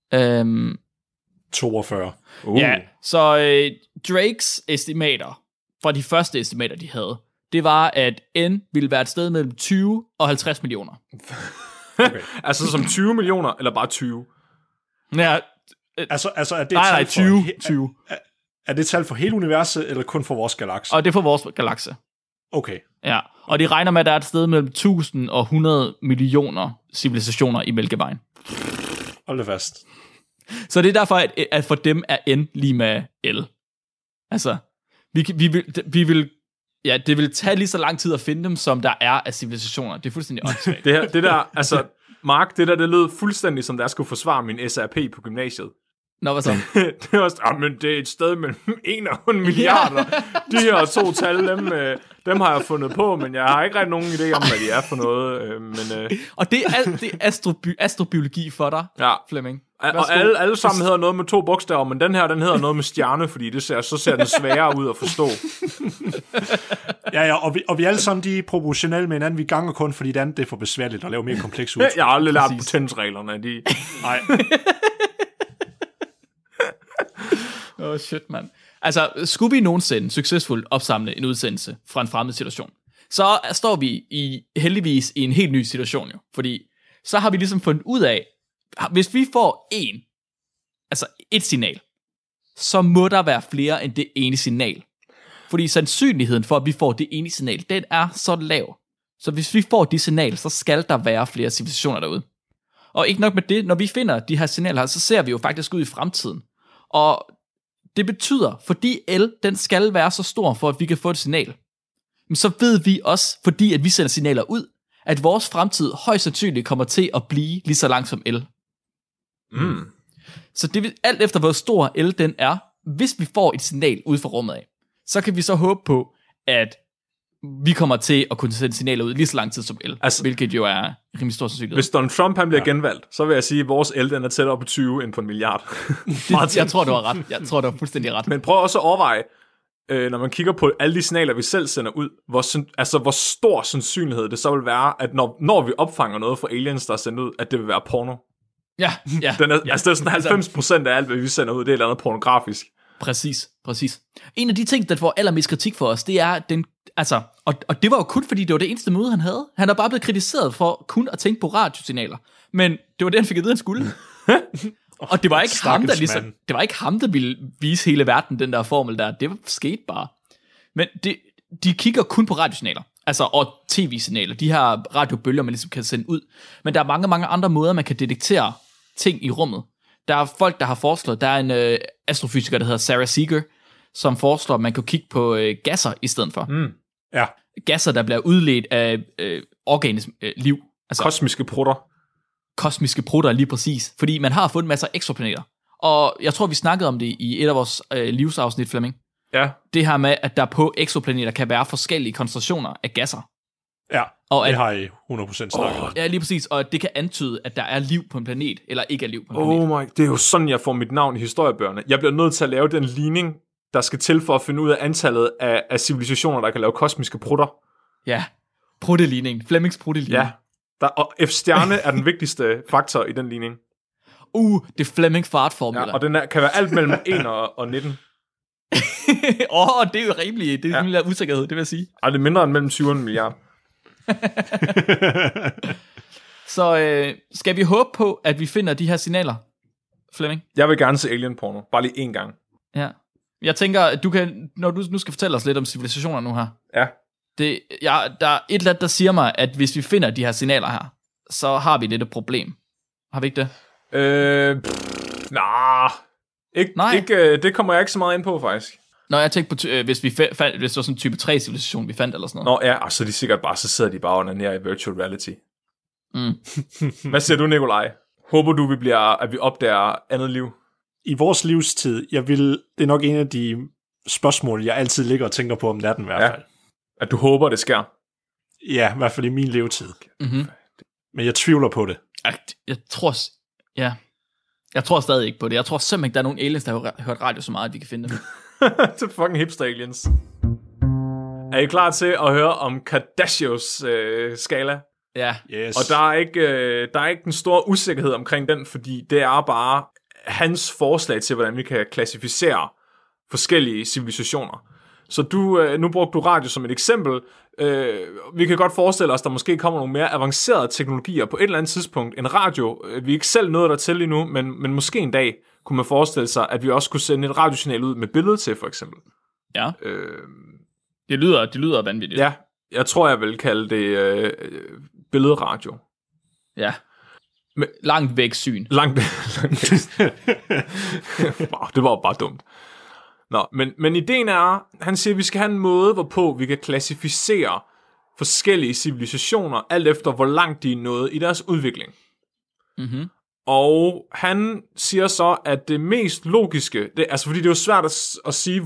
42. Ja, så Drakes estimater, fra de første estimater, de havde, det var, at N ville være et sted mellem 20 og 50 millioner. Okay. Altså som 20 millioner, eller bare 20? Ja, Altså er det nej, 20. Er det tal for hele universet, eller kun for vores galakse? Og det er for vores galakse. Okay. Ja, og de regner med, at der er et sted mellem 1000 og 100 millioner civilisationer i Mælkevejen. Hold det fast. Så det er derfor, at for dem er N lige med L. Altså, vi vil, ja, det vil tage lige så lang tid at finde dem, som der er af civilisationer. Det er fuldstændig åndssvagt. det der, altså, Mark, det lød fuldstændig som, da jeg skulle forsvare min SRP på gymnasiet. Nå, hvad så? Det var også, men det er et sted mellem 1 og 1 milliarder. De her 2 tal, dem har jeg fundet på, men jeg har ikke rigtig nogen idé om, hvad de er for noget. Og det er astrobiologi for dig, ja. Flemming. Og alle sammen hedder noget med 2 bogstaver, men den her, den hedder noget med stjerne, fordi så ser den sværere ud at forstå. Ja, og vi alle sammen, de er proportionelle med hinanden. Vi ganger kun, fordi det andet det er for besværligt at lave mere kompleks udtryk. Jeg har aldrig lært potensreglerne. Nej. Shit, mand. Altså, skulle vi nogensinde succesfuldt opsamle en udsendelse fra en fremmed situation, så står vi heldigvis i en helt ny situation jo. Fordi så har vi ligesom fundet ud af, hvis vi får et signal, så må der være flere end det ene signal. Fordi sandsynligheden for, at vi får det ene signal, den er så lav. Så hvis vi får de signal, så skal der være flere civilisationer derude. Og ikke nok med det, når vi finder de her signaler, så ser vi jo faktisk ud i fremtiden. Og det betyder, fordi el, den skal være så stor, for at vi kan få et signal, men så ved vi også, fordi at vi sender signaler ud, at vores fremtid højst sandsynligt kommer til at blive lige så lang som el. Mm. Så det vil, alt efter hvor stor el den er, hvis vi får et signal ud fra rummet af, så kan vi så håbe på, at vi kommer til at kunne sende signaler ud lige så lang tid som el, hvilket jo er rimelig stor sandsynlighed. Hvis Donald Trump han bliver genvalgt, så vil jeg sige, at vores el den er tættere på 20 end på 1 milliard. Jeg tror, du har ret. Jeg tror, du har fuldstændig ret. Men prøv også at overveje, når man kigger på alle de signaler, vi selv sender ud, hvor stor sandsynlighed det så vil være, at når vi opfanger noget fra aliens, der er sendt ud, at det vil være porno. Ja. Det er sådan 90% af alt, hvad vi sender ud, det er et eller andet pornografisk. Præcis. En af de ting, der får allermest kritik for os, det er den, altså, og det var jo kun fordi, det var det eneste møde, han havde. Han er bare blevet kritiseret for kun at tænke på radiosignaler. Men det var det, han fik at vide, han skulle. Og det var ikke ham, der ville vise hele verden den der formel der. Det skete bare. Men de kigger kun på radiosignaler. Altså, og tv-signaler. De her radiobølger, man ligesom kan sende ud. Men der er mange, mange andre måder, man kan detektere ting i rummet. Der er folk, der har foreslået, der er en astrofysiker, der hedder Sarah Seeger, som foreslår, at man kan kigge på gasser i stedet for. Mm. Ja. gasser, der bliver udledt af organisk liv. Altså Kosmiske prutter. kosmiske prutter, lige præcis. Fordi man har fundet masser af eksoplaneter. Og jeg tror, vi snakkede om det i et af vores livsafsnit, Flemming. Ja. Det her med, at der på eksoplaneter kan være forskellige koncentrationer af gasser. Ja, Og det at, har I 100% snakket om. ja, lige præcis. Og at det kan antyde, at der er liv på en planet, eller ikke er liv på en planet. Det er jo sådan, jeg får mit navn i historiebøgerne. Jeg bliver nødt til at lave den ligning, der skal til for at finde ud af antallet af civilisationer, der kan lave kosmiske prutter. Ja, prutteligning. Flemmings prutteligning. Ja. Og F-stjerne er den vigtigste faktor i den ligning. Det er Flemming fartformula. Ja, og den kan være alt mellem 1 og 19. Det er jo rimelig, det er rimelig usikkerhed, det vil jeg sige. Ej, det er mindre end mellem 20 og en milliard. Så skal vi håbe på, at vi finder de her signaler, Flemming? Jeg vil gerne se alien porno. Bare lige én gang. Ja. Jeg tænker, at du kan, når du nu skal fortælle os lidt om civilisationer nu her. Ja. Der er et eller andet, der siger mig, at hvis vi finder de her signaler her, så har vi lidt et problem. Har vi ikke det? Ikke, det kommer jeg ikke så meget ind på, faktisk. Nå, jeg tænkte på, hvis det var sådan en type 3-civilisation, vi fandt, eller sådan noget. Nå ja, og så er de sikkert bare, så sidder de bare under nær i virtual reality. Hvad siger du, Nikolaj? Håber du, at vi opdager andet liv? I vores livstid, det er nok en af de spørgsmål, jeg altid ligger og tænker på om natten i hvert fald. At du håber, det sker? Ja, i hvert fald i min levetid. Mm-hmm. Men jeg tvivler på det. Jeg tror stadig ikke på det. Jeg tror simpelthen ikke, der er nogen aliens, der har hørt radio så meget, at vi kan finde dem. Det er fucking hipster aliens. Er I klar til at høre om Kardashios skala? Ja. Yes. Og der er ikke en stor usikkerhed omkring den, fordi det er bare hans forslag til, hvordan vi kan klassificere forskellige civilisationer. Så nu brugte du radio som et eksempel. Vi kan godt forestille os, at der måske kommer nogle mere avancerede teknologier på et eller andet tidspunkt end radio. Vi er ikke selv nået dertil lige nu, men måske en dag kunne man forestille sig, at vi også kunne sende et radiosignal ud med billede til, for eksempel. Ja. Det lyder vanvittigt. Ja, jeg tror, jeg vil kalde det billederadio. Ja. Langt væk syn. Langt væk. Wow, det var jo bare dumt. Nå, men ideen er, han siger, at vi skal have en måde, hvorpå vi kan klassificere forskellige civilisationer, alt efter hvor langt de er nået i deres udvikling. Mm-hmm. Og han siger så, at det mest logiske, fordi det er jo svært at sige,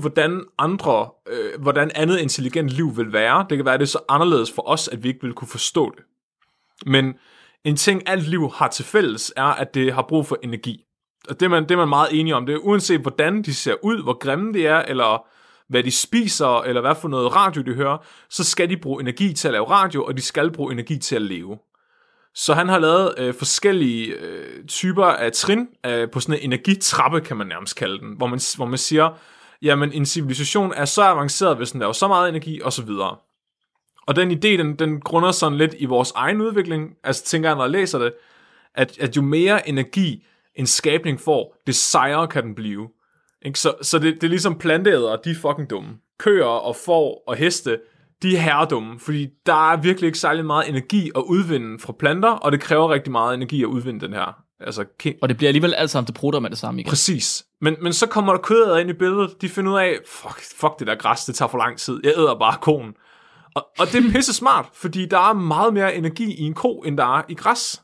hvordan andet intelligent liv vil være. Det kan være, at det er så anderledes for os, at vi ikke vil kunne forstå det. Men en ting, alt liv har til fælles, er, at det har brug for energi. Og det er man meget enig om. Det er uanset, hvordan de ser ud, hvor grimme de er, eller hvad de spiser, eller hvad for noget radio de hører, så skal de bruge energi til at lave radio, og de skal bruge energi til at leve. Så han har lavet forskellige typer af trin på sådan en energitrappe, kan man nærmest kalde den, hvor man siger, jamen en civilisation er så avanceret, hvis den laver så meget energi, og så videre. Og den idé, den grunder sådan lidt i vores egen udvikling, altså tænker jeg, når jeg læser det, at jo mere energi en skabning får, det sejere kan den blive. Ikke? Så det er ligesom planteædere, de er fucking dumme. Køer og får og heste, de er herredumme, fordi der er virkelig ikke særlig meget energi at udvinde fra planter, og det kræver rigtig meget energi at udvinde den her. Altså, og det bliver alligevel alt sammen til prutter med det samme igen. Præcis. Men så kommer der kødæder ind i billedet, de finder ud af, fuck det der græs, det tager for lang tid, jeg æder bare koen. Og det er pisse smart, fordi der er meget mere energi i en ko, end der er i græs.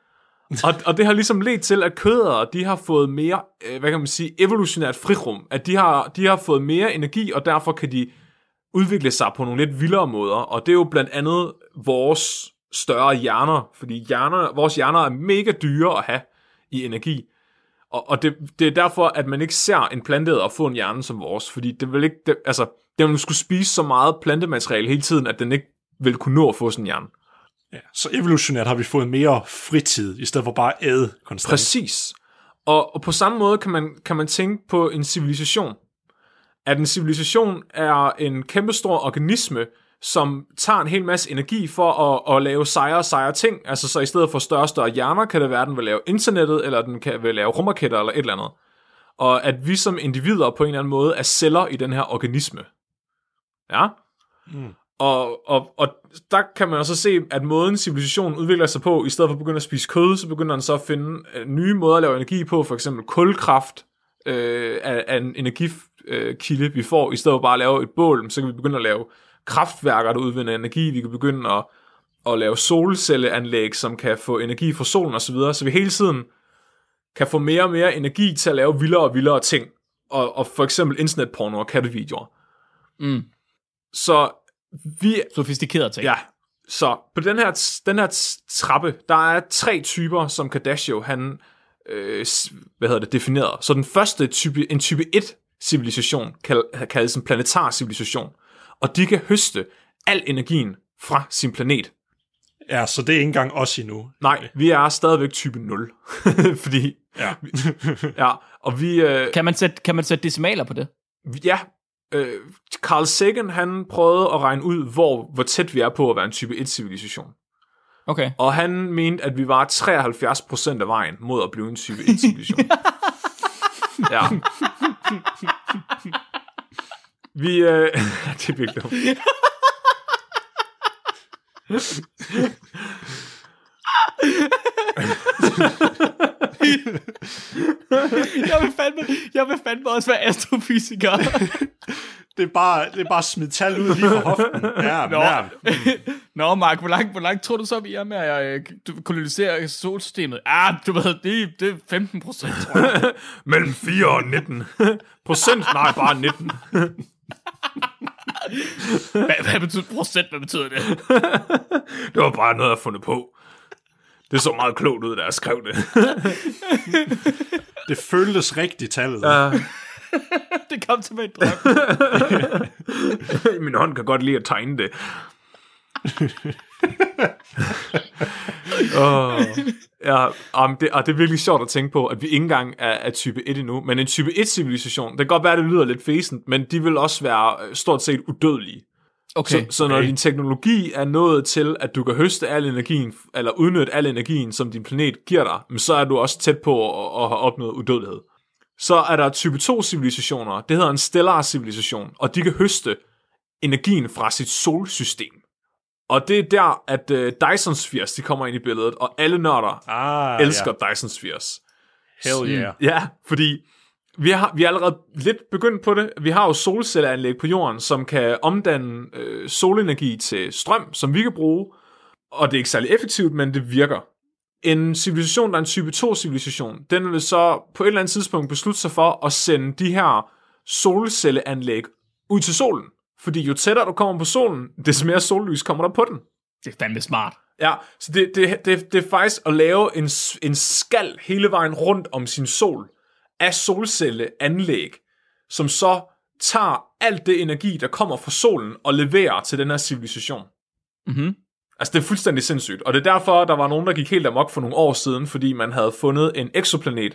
Og det har ligesom ledt til, at kødere, de har fået mere, hvad kan man sige, evolutionært frirum. At de har fået mere energi, og derfor kan de udvikle sig på nogle lidt vildere måder. Og det er jo blandt andet vores større hjerner, fordi vores hjerner er mega dyre at have i energi. Og det er derfor, at man ikke ser en planteæder at få en hjerne som vores, fordi det vil ikke, den vil skulle spise så meget plantemateriale hele tiden, at den ikke vil kunne nå at få sådan en hjerne. Ja, så evolutionært har vi fået mere fritid, i stedet for bare at æde konstant. Præcis. Og på samme måde kan man tænke på en civilisation. At en civilisation er en kæmpestor organisme, som tager en hel masse energi for at lave sejre ting. Altså så i stedet for større hjerner, kan det være, at den vil lave internettet, eller den vil lave rumraketter, eller et eller andet. Og at vi som individer på en eller anden måde er celler i den her organisme. Ja? Mm. Og der kan man også se, at måden civilisationen udvikler sig på, i stedet for at begynde at spise kød, så begynder den så at finde nye måder at lave energi på, for eksempel kulkraft af en energikilde, vi får, i stedet for bare at lave et bål, så kan vi begynde at lave kraftværker, der udvinder energi. Vi kan begynde at lave solcelleanlæg, som kan få energi fra solen osv., så vi hele tiden kan få mere og mere energi til at lave vildere og vildere ting. Og for eksempel internetporno og kattevideoer. Så vi... Sofistikerede ting. Ja, så på den her trappe, der er 3 typer, som Kardashev, han defineret. Så den første type, en type 1-civilisation, kaldes en planetar civilisation. Og de kan høste al energien fra sin planet. Ja, så det er ikke engang os endnu. Nej, vi er stadigvæk type 0. Fordi... Ja. Ja, og vi... Kan man sætte decimaler på det? Ja, Carl Sagan, han prøvede at regne ud, hvor tæt vi er på at være en type 1-civilisation. Okay. Og han mente, at vi var 73% af vejen mod at blive en type 1-civilisation. Ja. Vi... det er virkelig dumt. Jeg vil fandme også være astrofysiker. Det er bare smidt tal ud lige fra hoften. Ja, Nå, Mark, hvor langt tror du så, vi er med at kolonisere solsystemet? Du ved, det er 15%, tror jeg. Mellem 4 og 19. Procent? Nej, bare 19. Hvad betyder procent? Hvad betyder det? Det var bare noget, jeg fundet på. Det så meget klogt ud, da jeg skrev det. Det føltes rigtigt, tallet. Det kom til mig en drøm. Min hånd kan godt lide at tegne det. Det er virkelig sjovt at tænke på, at vi ikke engang er type 1 endnu, men en type 1-civilisation, det kan godt være, at det lyder lidt fæsent, men de vil også være stort set udødelige. Okay. Så når din teknologi er nået til, at du kan høste al energien, eller udnytte al energien, som din planet giver dig, så er du også tæt på at have opnået udødelighed. Så er der type 2-civilisationer, det hedder en stellar civilisation, og de kan høste energien fra sit solsystem. Og det er der, at Dyson Spheres, de kommer ind i billedet, og alle nørder elsker Dyson Spheres. Hell yeah. Ja, fordi vi er allerede lidt begyndt på det. Vi har jo solcelleanlæg på jorden, som kan omdanne solenergi til strøm, som vi kan bruge. Og det er ikke særlig effektivt, men det virker. En civilisation, der er en type 2-civilisation, den vil så på et eller andet tidspunkt beslutte sig for at sende de her solcelleanlæg ud til solen. Fordi jo tættere du kommer på solen, des mere sollys kommer der på den. Det er fandme smart. Ja, så det er faktisk at lave en skal hele vejen rundt om sin sol af solcelleanlæg, som så tager alt det energi, der kommer fra solen, og leverer til den her civilisation. Mhm. Altså, det er fuldstændig sindssygt. Og det er derfor, der var nogen, der gik helt amok for nogle år siden, fordi man havde fundet en exoplanet,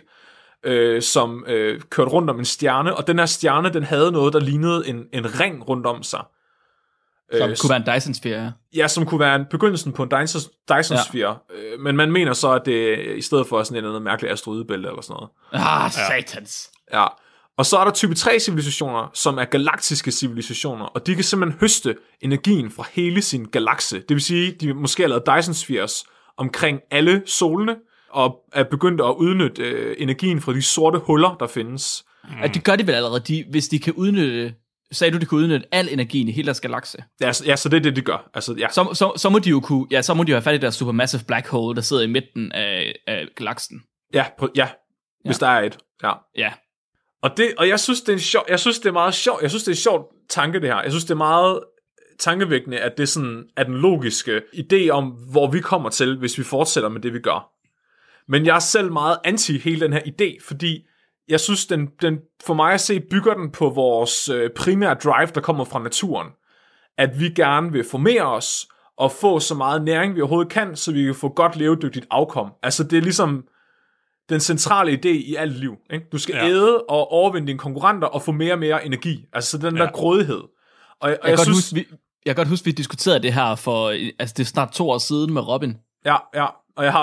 som kørte rundt om en stjerne, og den her stjerne, den havde noget, der lignede en ring rundt om sig. Som kunne være en Dyson-sfære, ja. Ja, som kunne være begyndelsen på en Dyson-sfære. Ja. Men man mener så, at det i stedet for sådan et eller andet mærkeligt asteroidebælte eller sådan noget. Satans. Ja. Og så er der type 3-civilisationer, som er galaktiske civilisationer, og de kan simpelthen høste energien fra hele sin galakse. Det vil sige, de måske har lavet Dyson-spheres omkring alle solene, og er begyndt at udnytte energien fra de sorte huller, der findes. Ja, det gør de vel allerede, hvis de kan udnytte... Sagde du, de kunne udnytte al energien i hele deres galakse? Ja, så det er det, de gør. Altså, ja. Så må de jo kunne... Ja, så må de jo have fat i deres supermassive black hole, der sidder i midten af galaksen. Ja, hvis der er et. Ja. Og jeg synes, det er meget sjovt. Jeg synes, det er en sjov tanke, det her. Jeg synes, det er meget tankevækkende, at det sådan er den logiske idé om, hvor vi kommer til, hvis vi fortsætter med det, vi gør. Men jeg er selv meget anti hele den her idé, fordi jeg synes, den for mig at se, bygger den på vores primære drive, der kommer fra naturen. At vi gerne vil formere os, og få så meget næring, vi overhovedet kan, så vi kan få godt levedygtigt afkom. Altså, det er ligesom den centrale idé i alt liv. Ikke? Du skal æde og overvinde dine konkurrenter, og få mere og mere energi. Altså, den der grådighed. Og jeg synes... Jeg kan godt huske, vi diskuterede det her for... Altså, det er snart 2 år siden med Robin. Ja. Og jeg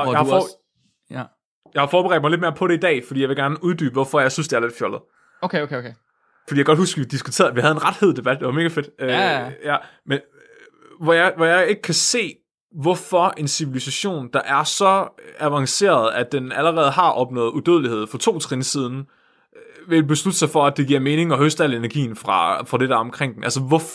har forberedt mig lidt mere på det i dag, fordi jeg vil gerne uddybe, hvorfor jeg synes, det er lidt fjollet. Okay. Fordi jeg kan godt huske, at vi diskuterede, at vi havde en ret hed debat. Det var mega fedt. Ja. Men hvor jeg ikke kan se, hvorfor en civilisation, der er så avanceret, at den allerede har opnået udødelighed for 2 trin siden, vil beslutte sig for, at det giver mening at høste al energien fra det, der er omkring den. Altså, hvorfor?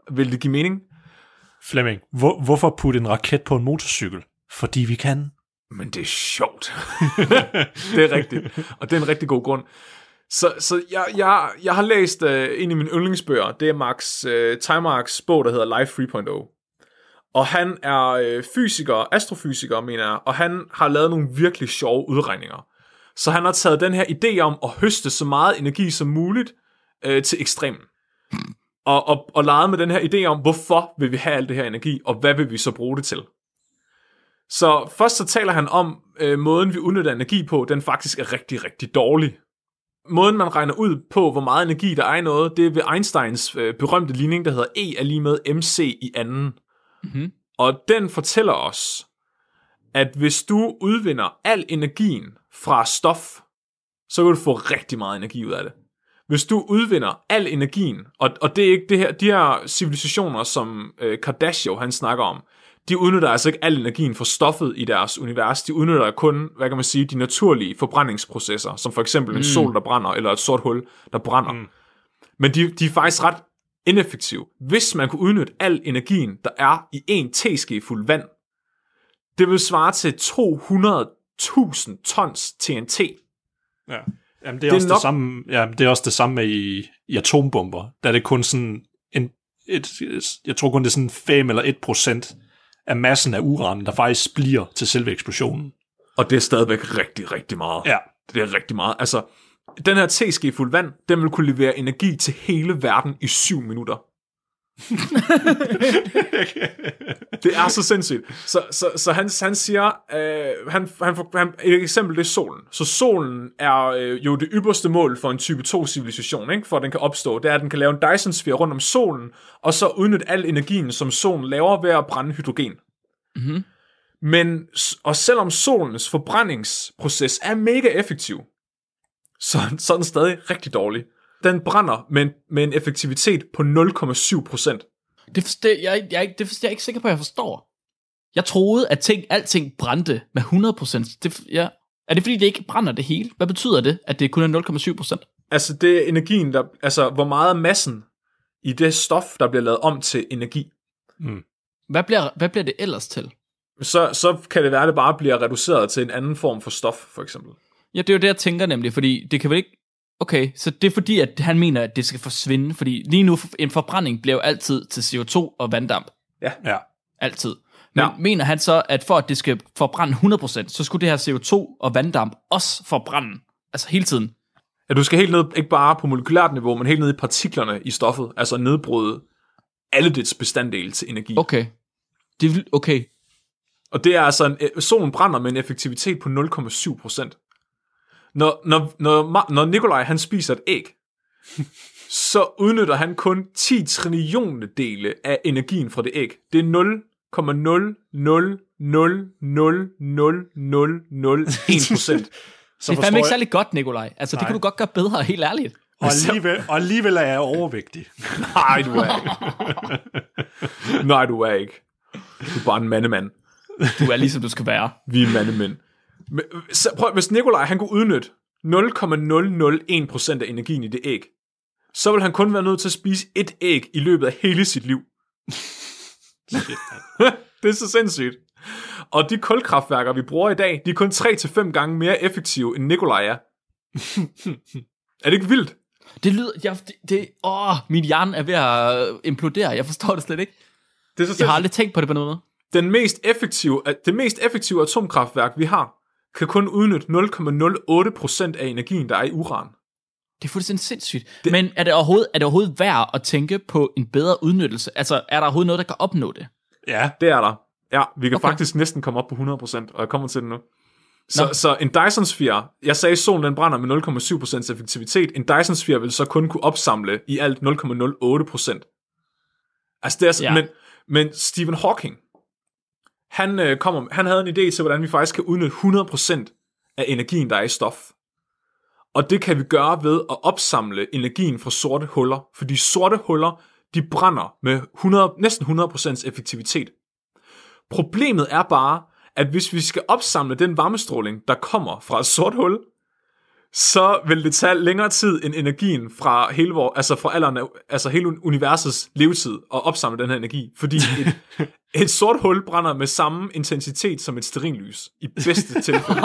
Vil det give mening? Flemming, hvorfor putte en raket på en motorcykel? Fordi vi kan. Men det er sjovt. Det er rigtigt. Og det er en rigtig god grund. Så jeg har læst en af mine yndlingsbøger. Det er Trimarchs bog, der hedder Life 3.0. Og han er astrofysiker, mener jeg. Og han har lavet nogle virkelig sjove udregninger. Så han har taget den her idé om at høste så meget energi som muligt til ekstremen. Og leget med den her idé om, hvorfor vil vi have al det her energi, og hvad vil vi så bruge det til? Så først så taler han om, måden vi udnytter energi på, den faktisk er rigtig, rigtig dårlig. Måden man regner ud på, hvor meget energi der er i noget, det er ved Einsteins berømte ligning, der hedder E er lige med MC i anden. Mm-hmm. Og den fortæller os, at hvis du udvinder al energien fra stof, så kan du få rigtig meget energi ud af det. Hvis du udvinder al energien, og det er ikke det her, de her civilisationer, som Kardashev han snakker om, de udnytter altså ikke al energien fra stoffet i deres univers. De udnytter kun, hvad kan man sige, de naturlige forbrændingsprocesser, som for eksempel en sol, der brænder, eller et sort hul, der brænder. Men de er faktisk ret ineffektive. Hvis man kunne udnytte al energien, der er i en teskefuld vand, det vil svare til 200.000 tons TNT. Ja. Jamen, det er også det samme. Ja, det er også det samme med i atombomber. Der er det kun sådan jeg tror kun det er sådan 5 eller 1% af massen af uran, der faktisk bliver til selve eksplosionen. Og det er stadigvæk rigtig, rigtig meget. Ja. Det er rigtig meget. Altså, den her teskefuld vand, den vil kunne levere energi til hele verden i 7 minutter. Det er så sindssygt. Så han siger, et eksempel, det er solen. Så solen er jo det ypperste mål for en type 2-civilisation, ikke? For at den kan opstå. Det er, at den kan lave en Dyson-sfære rundt om solen, og så udnytte al energien, som solen laver ved at brænde hydrogen. Mm-hmm. Men, og selvom solens forbrændingsproces er mega effektiv, så er den stadig rigtig dårlig. Den brænder med en effektivitet på 0,7%. Det er jeg ikke sikker på, at jeg forstår. Jeg troede, at alting brændte med 100%. Er det fordi, det ikke brænder det hele? Hvad betyder det, at det kun er 0,7%? Altså, det er energien, hvor meget af massen i det stof, der bliver lavet om til energi. Mm. Hvad bliver det ellers til? Så kan det være, at det bare bliver reduceret til en anden form for stof, for eksempel. Ja, det er jo det, jeg tænker nemlig, fordi det kan vel ikke... Okay, så det er fordi, at han mener, at det skal forsvinde, fordi lige nu, en forbrænding bliver jo altid til CO2 og vanddamp. Ja. Altid. Men mener han så, at for at det skal forbrænde 100%, så skulle det her CO2 og vanddamp også forbrænde, altså hele tiden? Ja, du skal helt ned, ikke bare på molekylært niveau, men helt ned i partiklerne i stoffet, altså nedbryde alle dets bestanddele til energi. Okay. Okay. Og det er altså, solen brænder med en effektivitet på 0,7%. Når Nikolaj han spiser et æg, så udnytter han kun 10 trillionedele af energien fra det æg. Det er 0,0000001%. Det er fandme ikke særlig godt, Nikolaj. Altså, det kunne du godt gøre bedre, helt ærligt. Og alligevel er jeg overvægtig. Nej, du er ikke. Nej, du er ikke. Du er bare en mandemand. Du er ligesom du skal være. Vi er mandemænd. Prøv, hvis Nikolaj han kunne udnytte 0,001% af energien i det æg, så vil han kun være nødt til at spise et æg i løbet af hele sit liv. Det er så sindssygt. Og de kulkraftværker, vi bruger i dag, de er kun 3-5 gange mere effektive, end Nikolaj er. Er det ikke vildt? Det lyder... min hjerne er ved at implodere. Jeg forstår det slet ikke. Jeg har aldrig tænkt på det på noget. Det mest effektive atomkraftværk, vi har, kan kun udnytte 0,08% af energien, der er i uran. Det er fuldstændig sindssygt. Men er det overhovedet værd at tænke på en bedre udnyttelse? Altså, er der overhovedet noget, der kan opnå det? Ja, det er der. Ja, vi kan faktisk næsten komme op på 100%, og jeg kommer til det nu. Så en Dyson-sfære, jeg sagde, solen den brænder med 0,7% effektivitet. En Dyson-sfære vil så kun kunne opsamle i alt 0,08%. Altså, det er så, men Stephen Hawking, han havde en idé til, hvordan vi faktisk kan udnytte 100% af energien, der er i stof. Og det kan vi gøre ved at opsamle energien fra sorte huller. Fordi sorte huller, de brænder med næsten 100% effektivitet. Problemet er bare, at hvis vi skal opsamle den varmestråling, der kommer fra et sort hul, så vil det tage længere tid end energien fra hele universets levetid at opsamle den her energi, fordi et sort hul brænder med samme intensitet som et stearinlys i bedste tilfælde.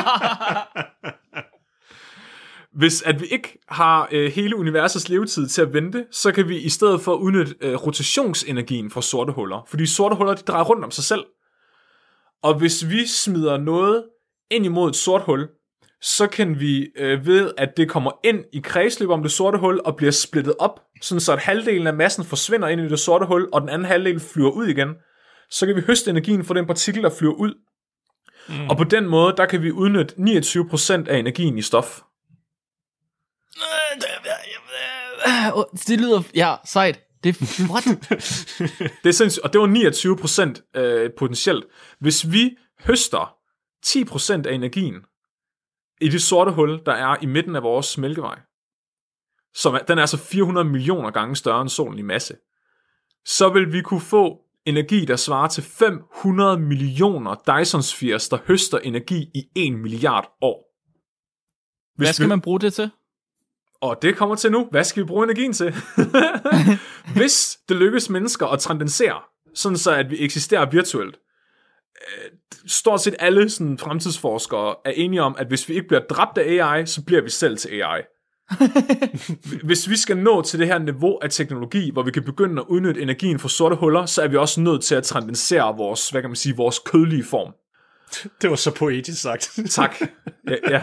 Hvis at vi ikke har hele universets levetid til at vente, så kan vi i stedet for udnytte rotationsenergien fra sorte huller, fordi sorte huller de drejer rundt om sig selv. Og hvis vi smider noget ind imod et sort hul, så kan vi ved, at det kommer ind i kredsløb om det sorte hul og bliver splittet op, sådan så at halvdelen af massen forsvinder ind i det sorte hul, og den anden halvdel flyver ud igen. Så kan vi høste energien fra den partikel, der flyver ud. Og på den måde, der kan vi udnytte 29% af energien i stof. Det lyder sejt. Det er what? Det er sindssygt, og det var 29% potentielt. Hvis vi høster 10% af energien i det sorte hul, der er i midten af vores Mælkevej, den er altså 400 millioner gange større end solen i masse, så vil vi kunne få energi, der svarer til 500 millioner Dyson-spheres, der høster energi i 1 milliard år. Hvad skal man bruge det til? Og det kommer til nu. Hvad skal vi bruge energien til? Hvis det lykkes mennesker at transcendere, sådan så at vi eksisterer virtuelt, stort set alle sådan, fremtidsforskere er enige om, at hvis vi ikke bliver dræbt af AI, så bliver vi selv til AI. Hvis vi skal nå til det her niveau af teknologi, hvor vi kan begynde at udnytte energien fra sorte huller, så er vi også nødt til at transcendere vores kødlige form. Det var så poetisk sagt. Tak. Ja.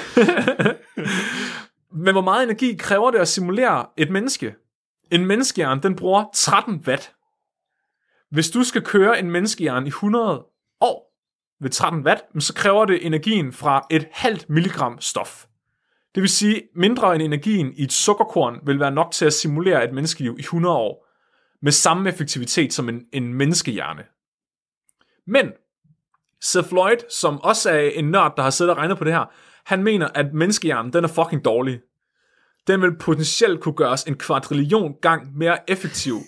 Men hvor meget energi kræver det at simulere et menneske? En menneskehjerne, den bruger 13 watt. Hvis du skal køre en menneskehjerne i 100 år ved 13 watt, så kræver det energien fra et halvt milligram stof. Det vil sige, mindre end energien i et sukkerkorn vil være nok til at simulere et menneskeliv i 100 år, med samme effektivitet som en menneskehjerne. Men Seth Lloyd, som også er en nørd, der har siddet og regnet på det her, han mener, at menneskehjernen, den er fucking dårlig. Den vil potentielt kunne gøres en kvadrillion gang mere effektiv.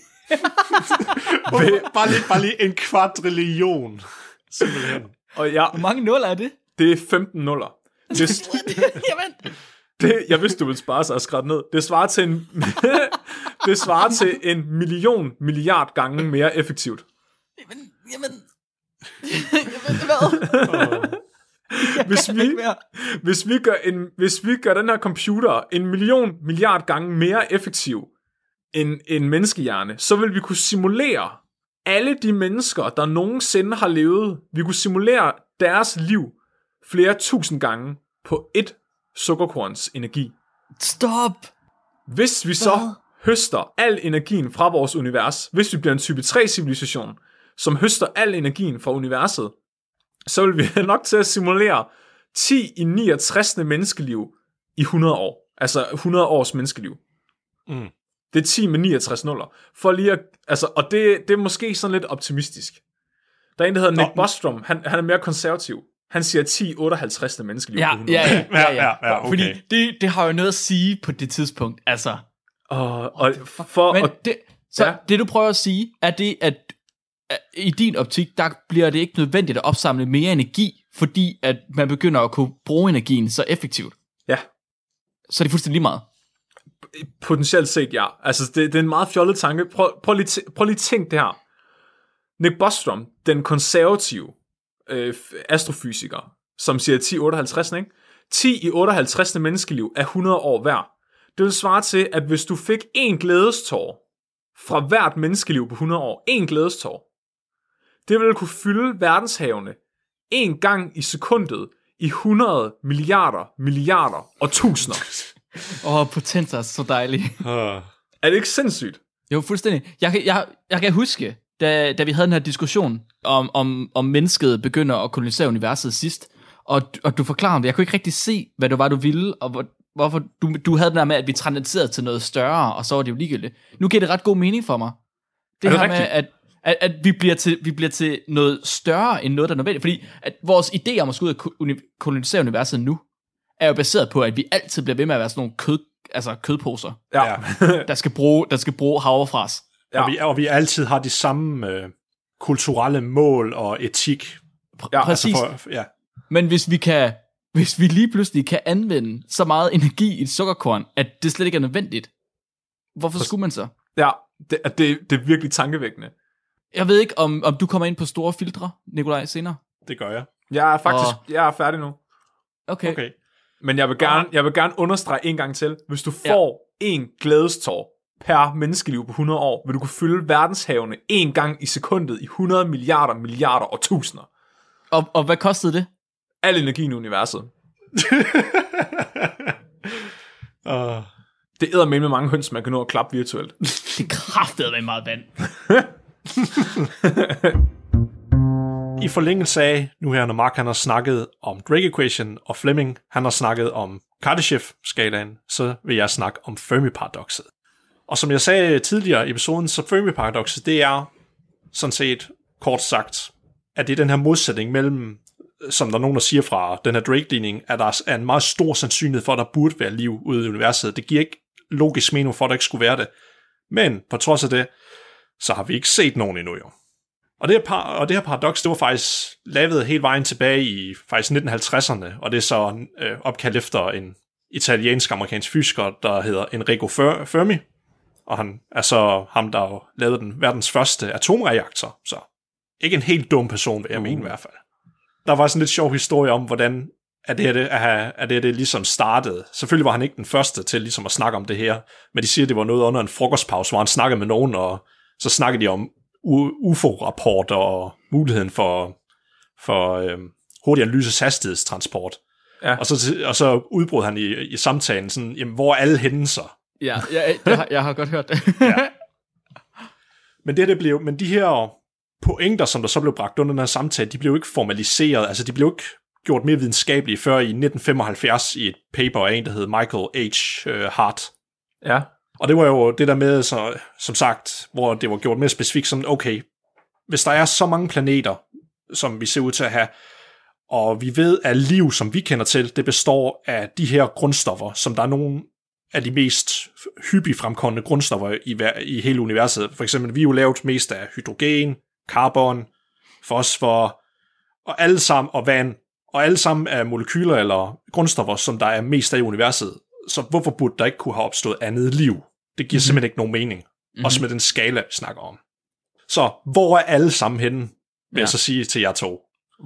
bare lige en kvadrillion. Simpelthen. Og ja, hvor mange nuller er det? Det er 15 nuller. Jeg vidste, du ville spare sig og skrætte ned. Det svarer til en milliard gange mere effektivt. Jamen hvad? Hvis vi gør den her computer en milliard gange mere effektiv end en menneskehjerne, så vil vi kunne simulere alle de mennesker, der nogensinde har levet. Vi kunne simulere deres liv flere tusind gange på et sukkerkorns energi. Stop! Hvis vi så høster al energien fra vores univers, hvis vi bliver en type 3-civilisation, som høster al energien fra universet, så vil vi have nok til at simulere 10 i 69. menneskeliv i 100 år. Altså 100 års menneskeliv. Mm. Det er 10 med 69 nuller. For lige at, og det er måske sådan lidt optimistisk. Der er en, der hedder Nick Bostrom. Han er mere konservativ. Han siger 10 58. menneskeliv på 100 år. Ja, okay. Fordi det har jo noget at sige på det tidspunkt. Altså. Det du prøver at sige, er det, at i din optik, der bliver det ikke nødvendigt at opsamle mere energi, fordi at man begynder at kunne bruge energien så effektivt. Ja. Så er det fuldstændig lige meget. Potentielt set, ja. Altså, det er en meget fjollet tanke. Prøv lige tænk det her. Nick Bostrom, den konservative astrofysiker, som siger 10 58, ikke? 10 i 58. menneskeliv er 100 år hver. Det vil svare til, at hvis du fik en glædestår fra hvert menneskeliv på 100 år, en glædestår, det vil kunne fylde verdenshavene en gang i sekundet i 100 milliarder og tusinder. Potenser, så dejligt. Er det ikke sindssygt? Jo, fuldstændig. Jeg kan huske, da vi havde den her diskussion om mennesket begynder at kolonisere universet sidst, og du forklarede det. Jeg kunne ikke rigtig se, hvad det var, du ville, og hvorfor du havde den der med, at vi transcenderede til noget større, og så var det jo ligegyldigt. Nu giver det ret god mening for mig. Det her rigtigt? Med, at vi bliver til noget større end noget, der er nødvendigt. Fordi at vores idé om at skulle ud og kolonisere universet nu, er jo baseret på, at vi altid bliver ved med at være sådan nogle kødposer, der skal bruge havrefras. Ja. Og vi altid har de samme kulturelle mål og etik. Præcis. Men hvis vi kan hvis vi lige pludselig kan anvende så meget energi i et sukkerkorn, at det slet ikke er nødvendigt, hvorfor skulle man så? Ja, det er virkelig tankevækkende. Jeg ved ikke, om du kommer ind på store filtre, Nikolaj, senere? Det gør jeg. Jeg er færdig nu. Okay. Men jeg vil gerne understrege en gang til. Hvis du får en glædestår per menneskeliv på 100 år, vil du kunne fylde verdenshavene en gang i sekundet i 100 milliarder og tusinder. Og hvad kostede det? Al energien i universet. Det æder med mange høns, man kan nå at klappe virtuelt. Det kraftede med meget vand. I forlængelse af, nu her når Mark han har snakket om Drake Equation, og Fleming han har snakket om Kardashev-skalaen, så vil jeg snakke om Fermi-paradokset. Og som jeg sagde tidligere i episoden, så Fermi-paradokset, det er sådan set kort sagt, at det er den her modsætning mellem, som der er nogen, der siger fra den her Drake-ligning, at der er en meget stor sandsynlighed for, at der burde være liv ude i universet. Det giver ikke logisk mening for, at der ikke skulle være det. Men på trods af det, så har vi ikke set nogen endnu jo. Og det her paradoks, det var faktisk lavet helt vejen tilbage i faktisk 1950'erne, og det er så opkaldt efter en italiensk-amerikansk fysiker, der hedder Enrico Fermi, og han er så ham, der lavede den verdens første atomreaktor, så ikke en helt dum person, vil jeg mene i hvert fald. Der var sådan lidt sjov historie om, hvordan det ligesom startede. Selvfølgelig var han ikke den første til ligesom at snakke om det her, men de siger, at det var noget under en frokostpause, hvor han snakkede med nogen, og så snakkede de om UFO-rapporter og muligheden for hurtig analyses hastighedstransport. Ja. Og så udbrød han i samtalen sådan, jamen, hvor er alle hændelser? Ja, jeg har godt hørt det. Ja. Men de her pointer, som der så blev bragt under den her samtale, de blev ikke formaliseret, altså de blev ikke gjort mere videnskabelige før i 1975 i et paper af en, der hed Michael H. Hart. Ja. Og det var jo det der med, så, som sagt, hvor det var gjort mere specifikt, som okay, hvis der er så mange planeter, som vi ser ud til at have, og vi ved, at liv, som vi kender til, det består af de her grundstoffer, som der er nogle af de mest hyppigt fremkommende grundstoffer i hele universet. For eksempel, vi er jo lavet mest af hydrogen, carbon, fosfor, og alle sammen, og vand, og alle sammen er molekyler eller grundstoffer, som der er mest af i universet. Så hvorfor burde der ikke kunne have opstået andet liv? Det giver simpelthen ikke nogen mening. Også med den skala, vi snakker om. Så hvor er alle sammen henne, vil jeg så sige til jer to?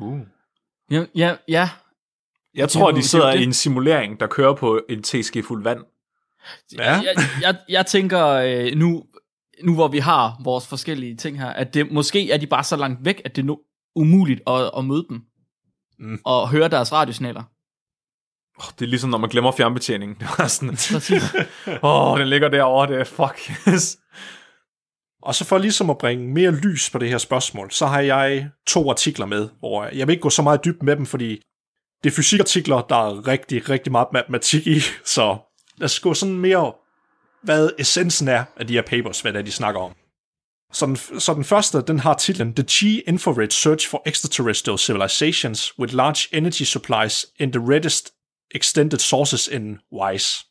Ja. Jeg tror, de sidder i en simulering, der kører på en teske fuld vand. Ja. Jeg tænker, nu hvor vi har vores forskellige ting her, at det måske er de bare så langt væk, at det er umuligt at møde dem. Og høre deres radiosignaler. Det er ligesom, når man glemmer fjernbetjeningen. Det var sådan, den ligger derovre, det er fuck yes. Og så for ligesom at bringe mere lys på det her spørgsmål, så har jeg 2 artikler med, hvor jeg vil ikke gå så meget dybt med dem, fordi det er fysikartikler, der er rigtig, rigtig meget matematik i, så lad os gå sådan mere, hvad essensen er af de her papers, hvad det er, de snakker om. Så den første, den har titlen The G-Infrared Search for Extraterrestrial Civilizations with Large Energy Supplies in the Reddest Extended Sources in WISE.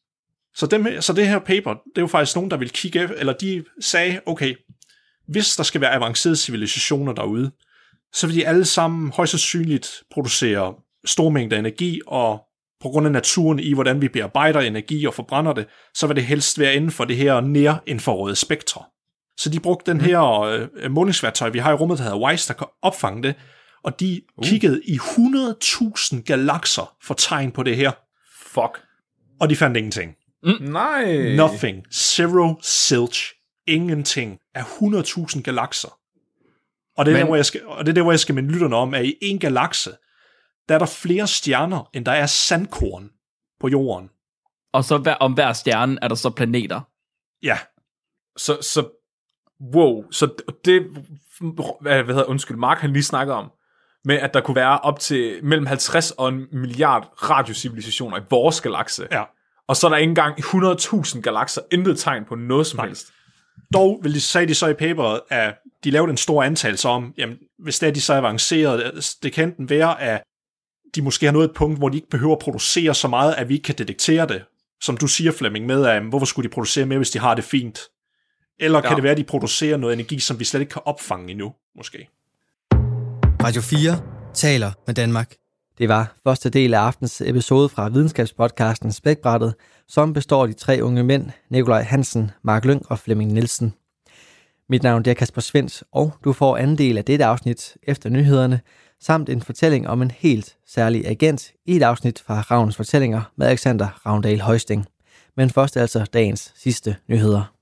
Så det her paper, det er jo faktisk nogen, der vil kigge, eller de sagde, okay, hvis der skal være avancerede civilisationer derude, så vil de alle sammen højst sandsynligt producere store mængder energi, og på grund af naturen i, hvordan vi bearbejder energi og forbrænder det, så vil det helst være inden for det her nær-infrarøde spektre. Så de brugte den her målingsværktøj, vi har i rummet, der hedder WISE, der kan opfange det, og de kiggede i 100.000 galakser for tegn på det her. Fuck. Og de fandt ingenting. Nej. Nothing. Zero zilch. Ingenting af 100.000 galakser. Og det er der, hvor jeg skal minde lytterne om, at i en galakse, der er der flere stjerner, end der er sandkorn på jorden. Og så om hver stjerne er der så planeter. Ja. Så det, Mark han lige snakker om, med at der kunne være op til mellem 50 og 1 milliard radiocivilisationer i vores galakse. Ja. Og så er der ikke engang i 100.000 galakser intet tegn på noget som helst. Dog sagde de så i paperet, at de lavede en stor antagelse om, jamen, hvis det er de så avancerede, det kan enten være, at de måske har nået et punkt, hvor de ikke behøver at producere så meget, at vi ikke kan detektere det. Som du siger, Flemming, med, at hvorfor skulle de producere mere, hvis de har det fint? Eller kan det være, at de producerer noget energi, som vi slet ikke kan opfange endnu, måske? Radio 4 taler med Danmark. Det var første del af aftens episode fra videnskabspodcasten Spækbrættet, som består af de 3 unge mænd, Nikolaj Hansen, Mark Lyng og Flemming Nielsen. Mit navn er Kasper Svens, og du får anden del af dette afsnit efter nyhederne, samt en fortælling om en helt særlig agent i et afsnit fra Ravns Fortællinger med Alexander Ravndal Højsting. Men først altså dagens sidste nyheder.